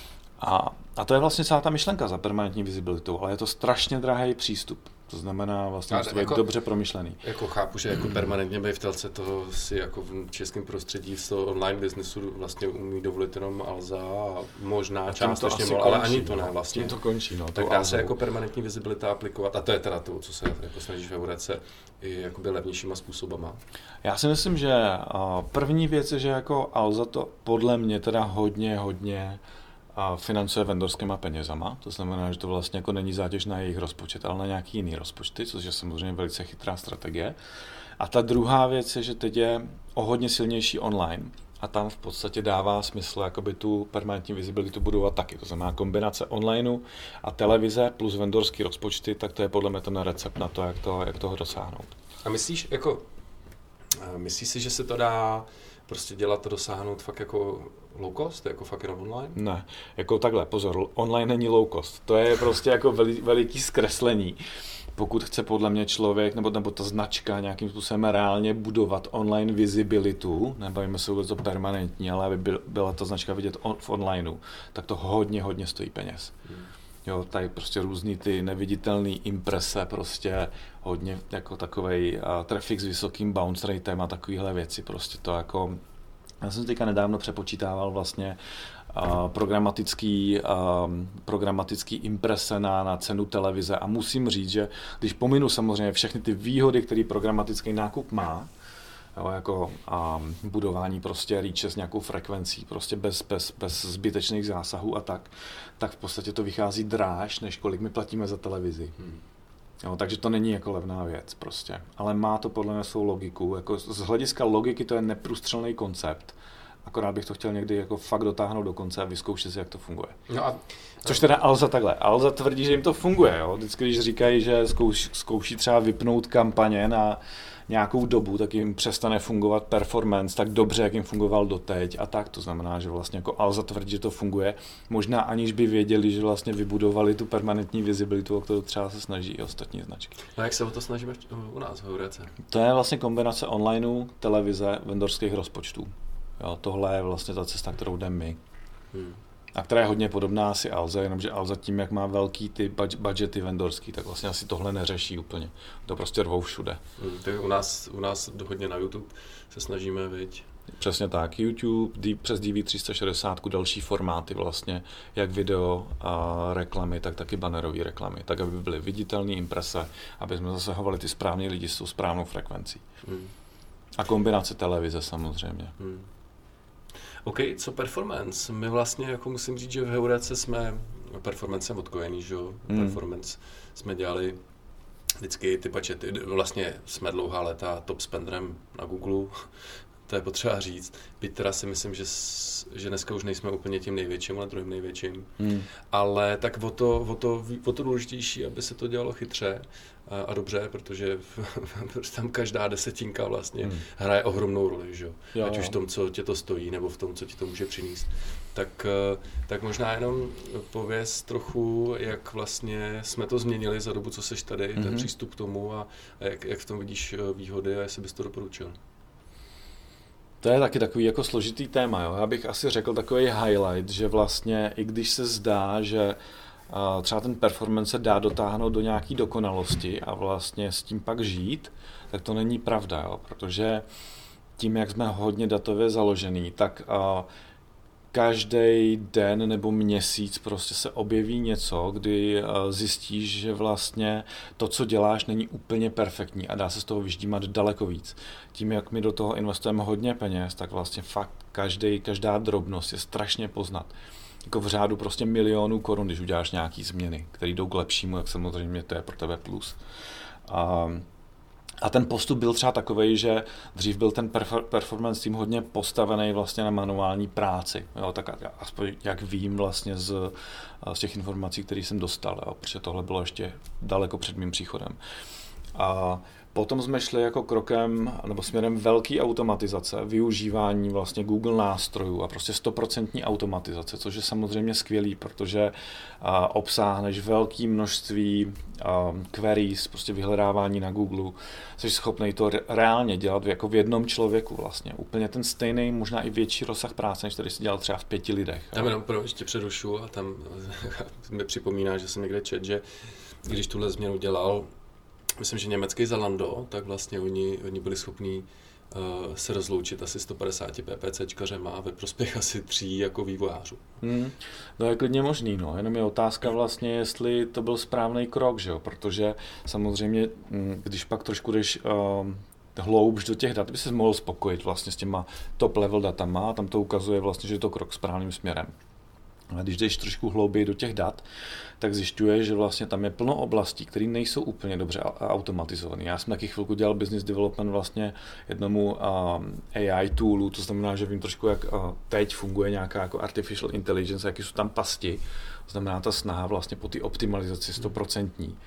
A to je vlastně celá ta myšlenka za permanentní vizibilitou, ale je to strašně drahý přístup. To znamená vlastně, že to je dobře promyšlený. Jako chápu, že jako permanentně být v telce, to si jako v českém prostředí z toho online businessu vlastně umí dovolit jenom Alza a možná částečně MOL, ale ani to ne vlastně. Tím to končí, no. Tak dá se jako permanentní vizibilita aplikovat a to je teda to, co se jako snažíš v Heurece i jakoby levnějšíma způsobama. Já si myslím, že první věc je, že jako Alza to podle mě teda hodně financuje vendorskýma penězama, to znamená, že to vlastně jako není zátěž na jejich rozpočet, ale na nějaký jiný rozpočty, což je samozřejmě velice chytrá strategie. A ta druhá věc je, že teď je o hodně silnější online a tam v podstatě dává smysl jakoby tu permanentní vizibilitu budovat taky. To znamená kombinace onlineu a televize plus vendorský rozpočty, tak to je podle mě ten recept na to, jak toho dosáhnout. A myslíš si, že se to dá prostě dělat a dosáhnout fakt jako low cost, jako fakt jenom online? Ne, jako takhle, pozor, online není low cost. To je prostě jako veliký zkreslení. Pokud chce podle mě člověk nebo ta značka nějakým způsobem reálně budovat online vizibilitu, nebavíme se vůbec o permanentní, ale aby byla ta značka vidět v onlineu, tak to hodně stojí peněz. Jo, tady prostě různý ty neviditelný imprese, prostě hodně jako takovej traffic s vysokým bounce ratem a takovýhle věci, prostě to jako. Já jsem teďka nedávno přepočítával vlastně programatický imprese na cenu televize a musím říct, že když pominu samozřejmě všechny ty výhody, které programatický nákup má, jo, jako budování prostě reache s nějakou frekvencí, prostě bez zbytečných zásahů a tak v podstatě to vychází dráž, než kolik my platíme za televizi. Jo, takže to není jako levná věc prostě, ale má to podle mě svou logiku. Jako z hlediska logiky to je neprůstřelný koncept, akorát bych to chtěl někdy jako fakt dotáhnout do konce a vyzkoušet si, jak to funguje. No což teda Alza takhle. Alza tvrdí, že jim to funguje. Jo? Vždycky, když říkají, že zkouší třeba vypnout kampaně na nějakou dobu, tak jim přestane fungovat performance tak dobře, jak jim fungoval doteď a tak. To znamená, že vlastně jako Alza tvrdí, že to funguje. Možná aniž by věděli, že vlastně vybudovali tu permanentní vizibilitu, o kterou třeba se snaží i ostatní značky. A jak se o to snažíme u nás v Heurece? To je vlastně kombinace onlineu, televize, vendorských rozpočtů. Jo, tohle je vlastně ta cesta, kterou jdeme my. A která je hodně podobná asi Alze, jenomže Alza tím, jak má velký ty budgety vendorský, tak vlastně asi tohle neřeší úplně. To prostě rvou všude. Tak u nás hodně na YouTube se snažíme, viď? Přesně tak. YouTube, přes DV360, další formáty vlastně, jak video a reklamy, tak taky bannerové reklamy, tak aby byly viditelné imprese, aby jsme zasahovali ty správní lidi s tou správnou frekvencí. A kombinace televize samozřejmě. OK, co performance? My vlastně, jako musím říct, že v Heurece jsme performancem odkojený, že jo? Performance jsme dělali vždycky ty budgety, vlastně jsme dlouhá léta top spenderem na Google, to je potřeba říct. Byť teda si myslím, že dneska už nejsme úplně tím největším, ale druhým největším. Ale tak o to důležitější, aby se to dělalo chytře a dobře, protože tam každá desetinka vlastně hraje ohromnou roli, že? Ať už v tom, co tě to stojí, nebo v tom, co ti to může přinést. Tak možná jenom pověz trochu, jak vlastně jsme to změnili za dobu, co seš tady, ten přístup k tomu a jak v tom vidíš výhody a jestli bys to doporučil. To je taky takový jako složitý téma. Jo? Já bych asi řekl takový highlight, že vlastně i když se zdá, že třeba ten performance se dá dotáhnout do nějaké dokonalosti a vlastně s tím pak žít, tak to není pravda, jo? Protože tím, jak jsme hodně datově založený, tak každý den nebo měsíc prostě se objeví něco, kdy zjistíš, že vlastně to, co děláš, není úplně perfektní a dá se z toho vyždímat daleko víc. Tím, jak my do toho investujeme hodně peněz, tak vlastně fakt každá drobnost je strašně poznat. Jako v řádu prostě milionů korun, když uděláš nějaký změny, které jdou k lepšímu, jak samozřejmě to je pro tebe plus. A ten postup byl třeba takovej, že dřív byl ten performance tým hodně postavený vlastně na manuální práci. Jo, tak aspoň jak vím vlastně z těch informací, které jsem dostal, jo, protože tohle bylo ještě daleko před mým příchodem. A Potom jsme šli jako krokem nebo směrem velké automatizace, využívání vlastně Google nástrojů a prostě 100% automatizace, což je samozřejmě skvělý, protože obsáhneš velké množství queries, prostě vyhledávání na Google, jsi schopný to reálně dělat jako v jednom člověku vlastně. Úplně ten stejný, možná i větší rozsah práce, než tady si dělal třeba v 5 lidech. Já jenom ještě předušu a tam mi připomíná, že jsem někde četl, že když tuhle změnu dělal, myslím, že německý Zalando, tak vlastně oni byli schopní se rozloučit asi 150 PPCčkařema ve prospěch asi 3 jako vývojářů. No je klidně možný, no. Jenom je otázka vlastně, jestli to byl správný krok, že jo? Protože samozřejmě, když pak trošku jdeš hloubš do těch dat, by se mohl spokojit vlastně s těma top level datama a tam to ukazuje vlastně, že je to krok správným směrem. A když jdeš trošku hlouběji do těch dat, tak zjišťuješ, že vlastně tam je plno oblastí, které nejsou úplně dobře automatizované. Já jsem taky chvilku dělal business development vlastně jednomu AI toolu, to znamená, že vím trošku, jak teď funguje nějaká jako artificial intelligence, jaký jsou tam pasti, to znamená ta snaha vlastně po té optimalizaci 100%.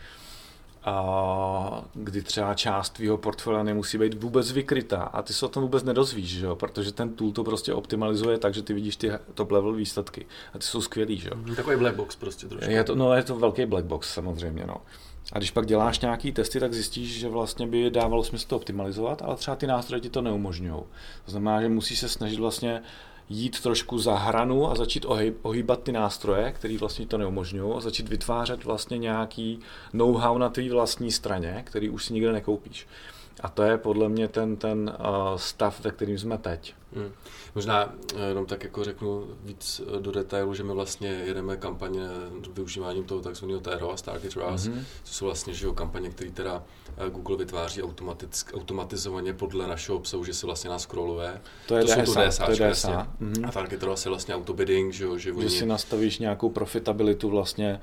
A kdy třeba část tvýho portfolia nemusí být vůbec vykrytá a ty se o tom vůbec nedozvíš, že jo? Protože ten tool to prostě optimalizuje tak, že ty vidíš ty top level výsledky a ty jsou skvělý, že jo? Takový black box prostě trošku. Je to velký black box samozřejmě, no. A když pak děláš nějaký testy, tak zjistíš, že vlastně by dávalo smysl to optimalizovat, ale třeba ty nástroje ti to neumožňují. To znamená, že musíš se snažit vlastně jít trošku za hranu a začít ohýbat ty nástroje, které vlastně to neumožňují, a začít vytvářet vlastně nějaký know-how na té vlastní straně, který už si nikde nekoupíš. A to je podle mě ten stav, ve kterým jsme teď. Možná jenom tak jako řeknu víc do detailu, že my vlastně jedeme kampaně využíváním toho takzvaného TROAS, Target ROAS, co jsou vlastně kampaně, které teda Google vytváří automatizovaně podle našeho obsahu, že se vlastně nás scrolluje. To jsou DSA. A Target ROAS je vlastně autobidding, že si nastavíš nějakou profitabilitu vlastně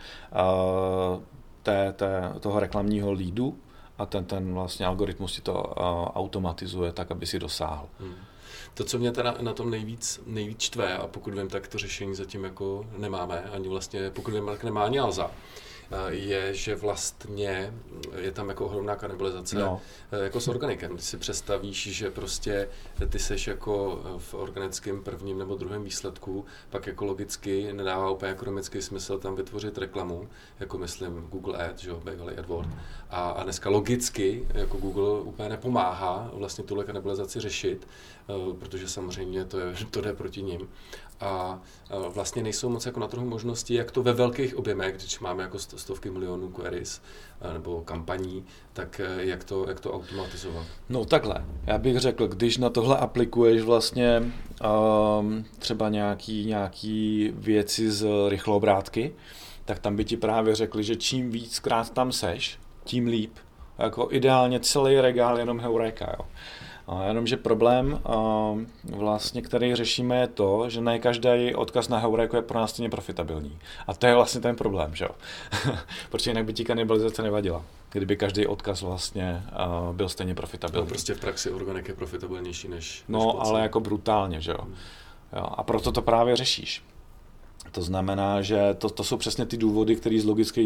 toho reklamního leadu a ten vlastně algoritmus ti to automatizuje tak, aby si dosáhl. To, co mě teda na tom nejvíc štve, a pokud vím, tak to řešení zatím jako nemáme, ani vlastně, pokud vím, tak nemá ani Alza, je, že vlastně je tam jako ohromná kanibalizace jako s organikem. Ty si představíš, že prostě ty seš jako v organickém prvním nebo druhém výsledku, pak jako logicky nedává úplně ekonomický smysl tam vytvořit reklamu, jako myslím Google Ads, bývalý AdWord. A dneska logicky jako Google úplně nepomáhá vlastně tuhle kanibalizaci řešit, protože samozřejmě to jde proti nim. A vlastně nejsou moc jako na trhu možnosti, jak to ve velkých objemech, když máme jako stovky milionů queries nebo kampaní, tak jak to automatizovat? No takhle, já bych řekl, když na tohle aplikuješ vlastně třeba nějaký věci z rychlobrátky, tak tam by ti právě řekli, že čím víckrát tam seš, tím líp. Jako ideálně celý regál jenom Heureka, jo. Jenomže problém, vlastně, který řešíme, je to, že ne každý odkaz na Heureku je pro nás stejně profitabilní. A to je vlastně ten problém, že jo? Protože jinak by ti kanibalizace nevadila, kdyby každý odkaz vlastně byl stejně profitabilní. No prostě v praxi organik je profitabilnější než ale jako brutálně, že jo? Jo? A proto to právě řešíš. To znamená, že to jsou přesně ty důvody, které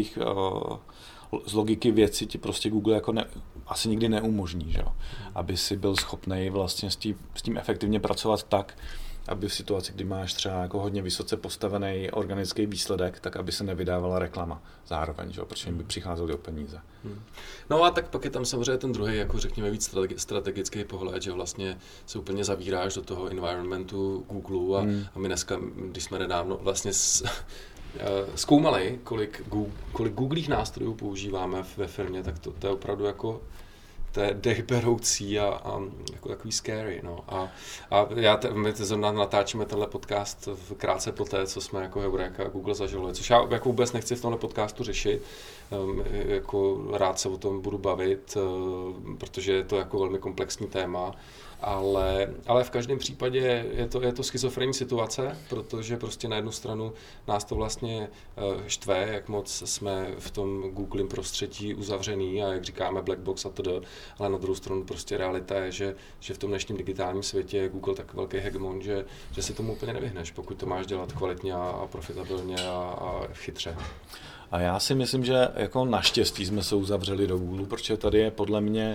z logiky věci ti prostě Google jako asi nikdy neumožní, že jo? Aby si byl schopný vlastně s tím efektivně pracovat tak, aby v situaci, kdy máš třeba jako hodně vysoce postavený organický výsledek, tak aby se nevydávala reklama zároveň, že jo? Protože jim by přicházely o peníze. No a tak pak je tam samozřejmě ten druhý, jako řekněme víc strategický pohled, že vlastně se úplně zavíráš do toho environmentu Google a my dneska, když jsme nedávno vlastně zkoumali, kolik Googlých nástrojů používáme ve firmě, tak to je opravdu jako to je dechberoucí a jako takový scary. No. My zrovna natáčíme tenhle podcast krátce po té, co jsme jako Heureka a Google zažili, což já jako vůbec nechci v tomhle podcastu řešit. Jako rád se o tom budu bavit, protože je to jako velmi komplexní téma. Ale v každém případě je to schizofrenní situace, protože prostě na jednu stranu nás to vlastně štve, jak moc jsme v tom Googlim prostředí uzavřený a jak říkáme black box a td. Ale na druhou stranu prostě realita je, že v tom dnešním digitálním světě je Google tak velký hegemon, že si tomu úplně nevyhneš, pokud to máš dělat kvalitně a profitabilně a chytře. A já si myslím, že jako naštěstí jsme se uzavřeli do Google, protože tady je podle mě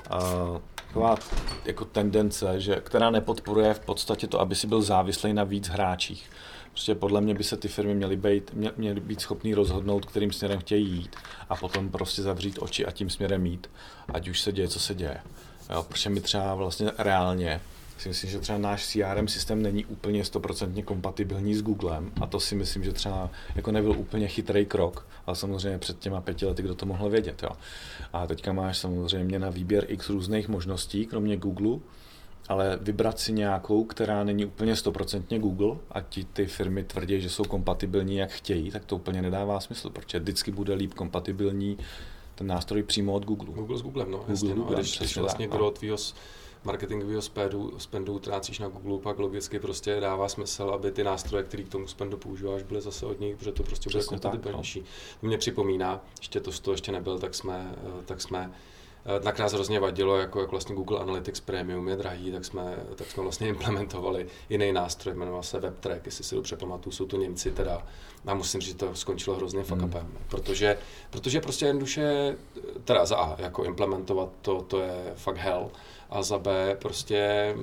taková jako tendence, která nepodporuje v podstatě to, aby si byl závislý na víc hráčích. Prostě podle mě by se ty firmy měly být schopný rozhodnout, kterým směrem chtějí jít a potom prostě zavřít oči a tím směrem jít, ať už se děje, co se děje. Jo, protože my třeba vlastně reálně si myslím, že třeba náš CRM systém není úplně 100% kompatibilní s Googlem a to si myslím, že třeba jako nebyl úplně chytrý krok, ale samozřejmě před těma 5 lety kdo to mohl vědět. Jo. A teďka máš samozřejmě na výběr x různých možností, kromě Google, ale vybrat si nějakou, která není úplně 100% Google a ti ty firmy tvrdí, že jsou kompatibilní jak chtějí, tak to úplně nedává smysl, protože vždycky bude líp kompatibilní ten nástroj přímo od Google. Google s Googlem, no, jasně, no. Když vlastně gro tvýho marketingového spendu utrácíš na Google, pak logicky prostě dává smysl, aby ty nástroje, které k tomu spendu používáš, byly zase od nich, protože to prostě bude kompatibilnější. No. To mě připomíná, ještě nebyl, tak jsme tak nás hrozně vadilo, jako jak vlastně Google Analytics Premium je drahý, tak jsme vlastně implementovali jiný nástroj, jmenoval se WebTrack, jestli si dobře pamatuju, jsou to Němci teda. A musím říct, že to skončilo hrozně fuck upem, protože prostě jednoduše, teda za A, jako implementovat to je fakt hell, a za B prostě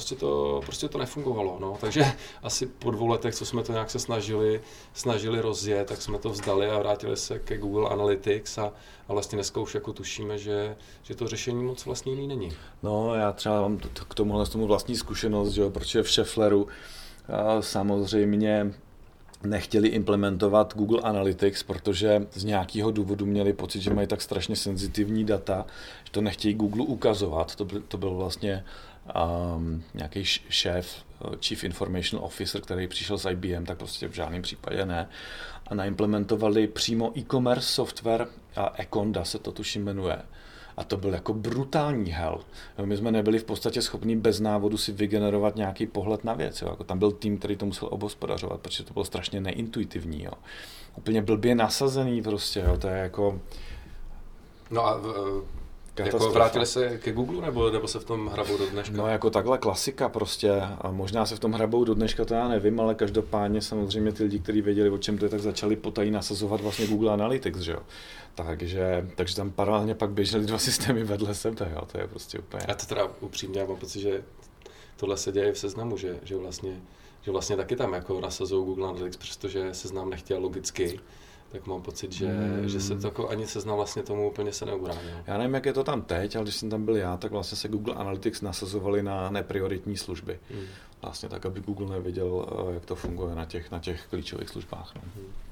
to nefungovalo, no. Takže asi po 2 letech, co jsme to nějak se snažili rozjet, tak jsme to vzdali a vrátili se ke Google Analytics a vlastně dneska už jako tušíme, že to řešení moc vlastně jiný není. No, já třeba mám k tomu vlastní zkušenost, že jo, protože v Schaeffleru samozřejmě nechtěli implementovat Google Analytics, protože z nějakého důvodu měli pocit, že mají tak strašně senzitivní data, že to nechtějí Google ukazovat. To byl vlastně nějaký šéf, Chief Information Officer, který přišel z IBM, tak prostě v žádném případě ne. A naimplementovali přímo e-commerce software a Econda se to tuším jmenuje. A to byl jako brutální hell. My jsme nebyli v podstatě schopni bez návodu si vygenerovat nějaký pohled na věc. Jo. Jako tam byl tým, který to musel obhospodařovat, protože to bylo strašně neintuitivní. Jo. Úplně blbě nasazený prostě. Jo. To je jako... No a jako vrátili se ke Google nebo se v tom hrabou do dneška? No jako takhle klasika prostě. A možná se v tom hrabou do dneška, to já nevím, ale každopádně samozřejmě ty lidi, kteří věděli, o čem to je, tak začali potají nasazovat vlastně Google Analytics, že jo. Takže tam paralelně pak běžely 2 systémy vedle sebe, jo. To je prostě úplně... A to teda upřímně, já mám pocit, že tohle se děje v Seznamu, že vlastně taky tam jako nasazují Google Analytics, přestože Seznam nechtěl logicky, tak mám pocit, že se to jako ani Seznam vlastně tomu úplně se neubránil. Já nevím, jak je to tam teď, ale když jsem tam byl já, tak vlastně se Google Analytics nasazovali na neprioritní služby. Vlastně tak, aby Google nevěděl, jak to funguje na těch klíčových službách. No.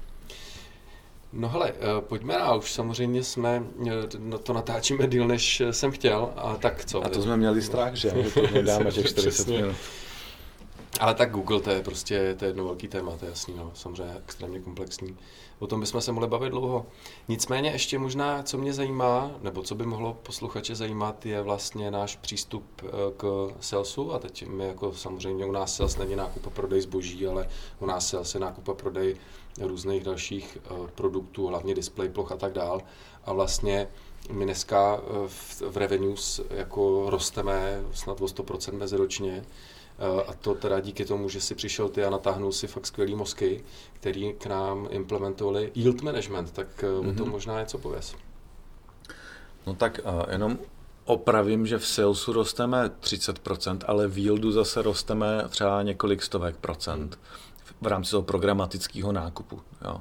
No hele, pojďme dál, už samozřejmě to natáčíme díl, než jsem chtěl, a tak co? A to jsme měli strach, že to nedáme těch 40 minut. Ale tak Google, to je jedno velký téma, to je jasný, no, samozřejmě extrémně komplexní. O tom bychom se mohli bavit dlouho. Nicméně ještě možná, co mě zajímá, nebo co by mohlo posluchače zajímat, je vlastně náš přístup k salesu. A teď my jako samozřejmě u nás sales není nákup a prodej zboží, ale u nás sales je nákup a prodej různých dalších produktů, hlavně display ploch a tak dál. A vlastně my dneska v revenues jako rosteme snad o 100% meziročně. A to teda díky tomu, že si přišel ty a natáhnul si fakt skvělý mozky, který k nám implementovali yield management, tak o tom možná něco pověz. No tak jenom opravím, že v salesu rosteme 30%, ale v yieldu zase rosteme třeba několik stovek procent v rámci toho programatického nákupu. Jo.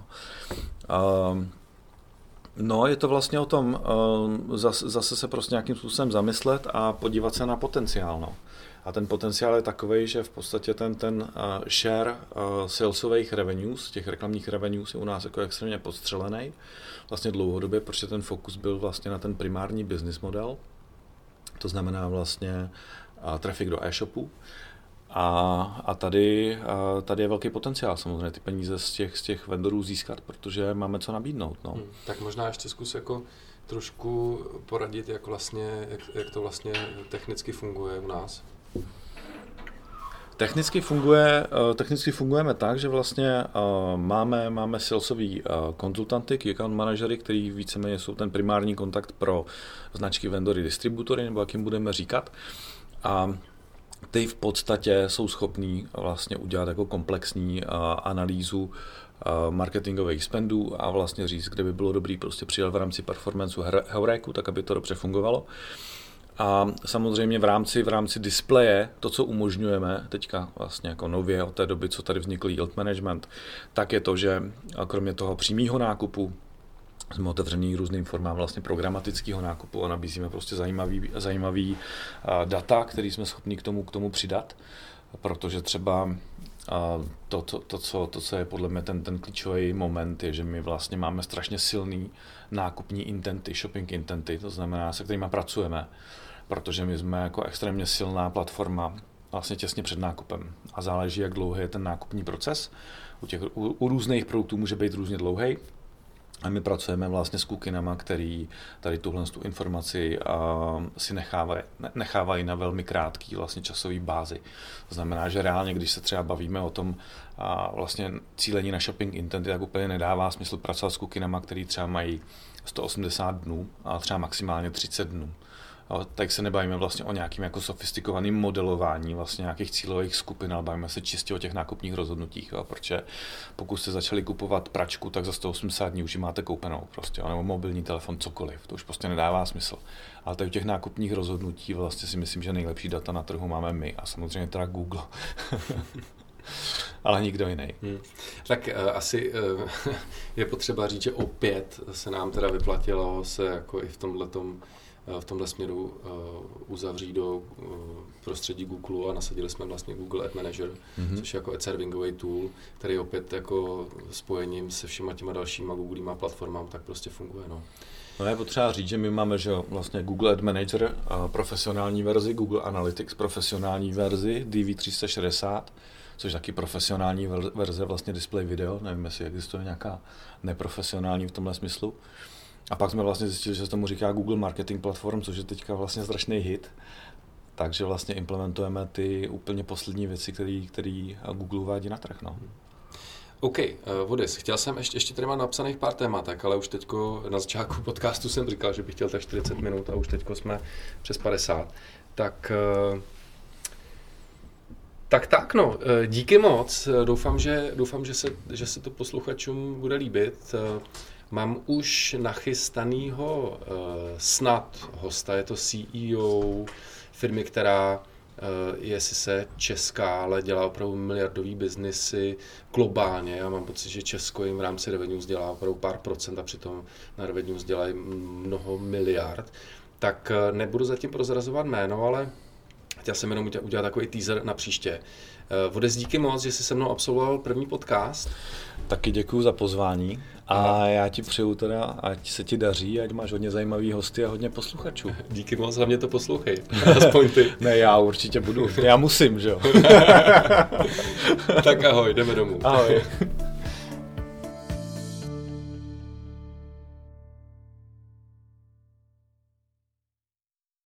No, je to vlastně o tom zase se prostě nějakým způsobem zamyslet a podívat se na potenciál. No. A ten potenciál je takovej, že v podstatě ten share salesových revenues, těch reklamních revenues je u nás jako extrémně podstřelený. Vlastně dlouhodobě, protože ten fokus byl vlastně na ten primární business model. To znamená vlastně trafik do e-shopu. A tady je velký potenciál samozřejmě ty peníze z těch vendorů získat, protože máme co nabídnout. No. Tak možná ještě zkus jako trošku poradit, jak to vlastně technicky funguje u nás. Technicky fungujeme tak, že vlastně máme salesový konzultanty, key account manažery, který víceméně jsou ten primární kontakt pro značky, vendory, distributory, nebo jak jim budeme říkat. A ty v podstatě jsou schopní vlastně udělat jako komplexní analýzu marketingových spendů a vlastně říct, kde by bylo dobrý prostě přidat v rámci performanceu heuréku, tak aby to dobře fungovalo. A samozřejmě v rámci displeje, to, co umožňujeme teďka vlastně jako nově od té doby, co tady vznikl yield management, tak je to, že kromě toho přímého nákupu jsme otevřený různým formám vlastně programatického nákupu a nabízíme prostě zajímavý data, který jsme schopni k tomu přidat, protože třeba to, co je podle mě ten klíčový moment, je, že my vlastně máme strašně silný nákupní intenty, shopping intenty, to znamená, se kterýma pracujeme, protože my jsme jako extrémně silná platforma vlastně těsně před nákupem a záleží, jak dlouhý je ten nákupní proces. U různých produktů může být různě dlouhý. A my pracujeme vlastně s cookinama, který tady tuhle informaci si nechávají na velmi krátký vlastně časový bázi. To znamená, že reálně, když se třeba bavíme o tom vlastně cílení na shopping intenty, tak úplně nedává smysl pracovat s cookinama, který třeba mají 180 dnů a třeba maximálně 30 dnů. Tak se nebavíme vlastně o nějakým jako sofistikovaným modelování vlastně nějakých cílových skupin, ale bavíme se čistě o těch nákupních rozhodnutích, protože pokud jste začali kupovat pračku, tak za 180 dní už ji máte koupenou prostě, nebo mobilní telefon, cokoliv, to už prostě nedává smysl. Ale tady u těch nákupních rozhodnutí vlastně si myslím, že nejlepší data na trhu máme my a samozřejmě teda Google. Ale nikdo jiný. Tak asi je potřeba říct, že opět se nám teda vyplatilo se jako i v tomhle směru uzavřít do prostředí Google a nasadili jsme vlastně Google Ad Manager, což je jako ad servingový tool, který opět jako spojením se všema těma dalšíma Googlema platformám tak prostě funguje. No je potřeba říct, že my máme že vlastně Google Ad Manager profesionální verzi, Google Analytics profesionální verzi, DV360, což je taky profesionální verze vlastně display video, nevím, jestli existuje nějaká neprofesionální v tomhle smyslu. A pak jsme vlastně zjistili, že se tomu říká Google Marketing Platform, což je teďka vlastně strašný hit. Takže vlastně implementujeme ty úplně poslední věci, které Google uvádí na trh. No. OK, Vodis, chtěl jsem ještě tady mám napsaných pár tématek, ale už teďko na začátku podcastu jsem říkal, že bych chtěl tak 40 minut a už teďko jsme přes 50. Tak no, díky moc. Doufám, že se to posluchačům bude líbit. Mám už nachystanýho snad hosta, je to CEO firmy, která je sice česká, ale dělá opravdu miliardový biznisy globálně. Já mám pocit, že Česko jim v rámci Revenues dělá opravdu pár procent a přitom na Revenues dělají mnoho miliard. Tak nebudu zatím prozrazovat jméno, ale chtěl jsem jenom udělat takový teaser na příště. Vodis, díky moc, že jsi se mnou absolvoval první podcast. Taky děkuju za pozvání a já ti přeju teda, ať se ti daří, ať máš hodně zajímavý hosty a hodně posluchačů. Díky moc, hlavně to poslouchej. Aspoň ty. Ne, já určitě budu. Já musím, že jo. Tak ahoj, jdeme domů. Ahoj.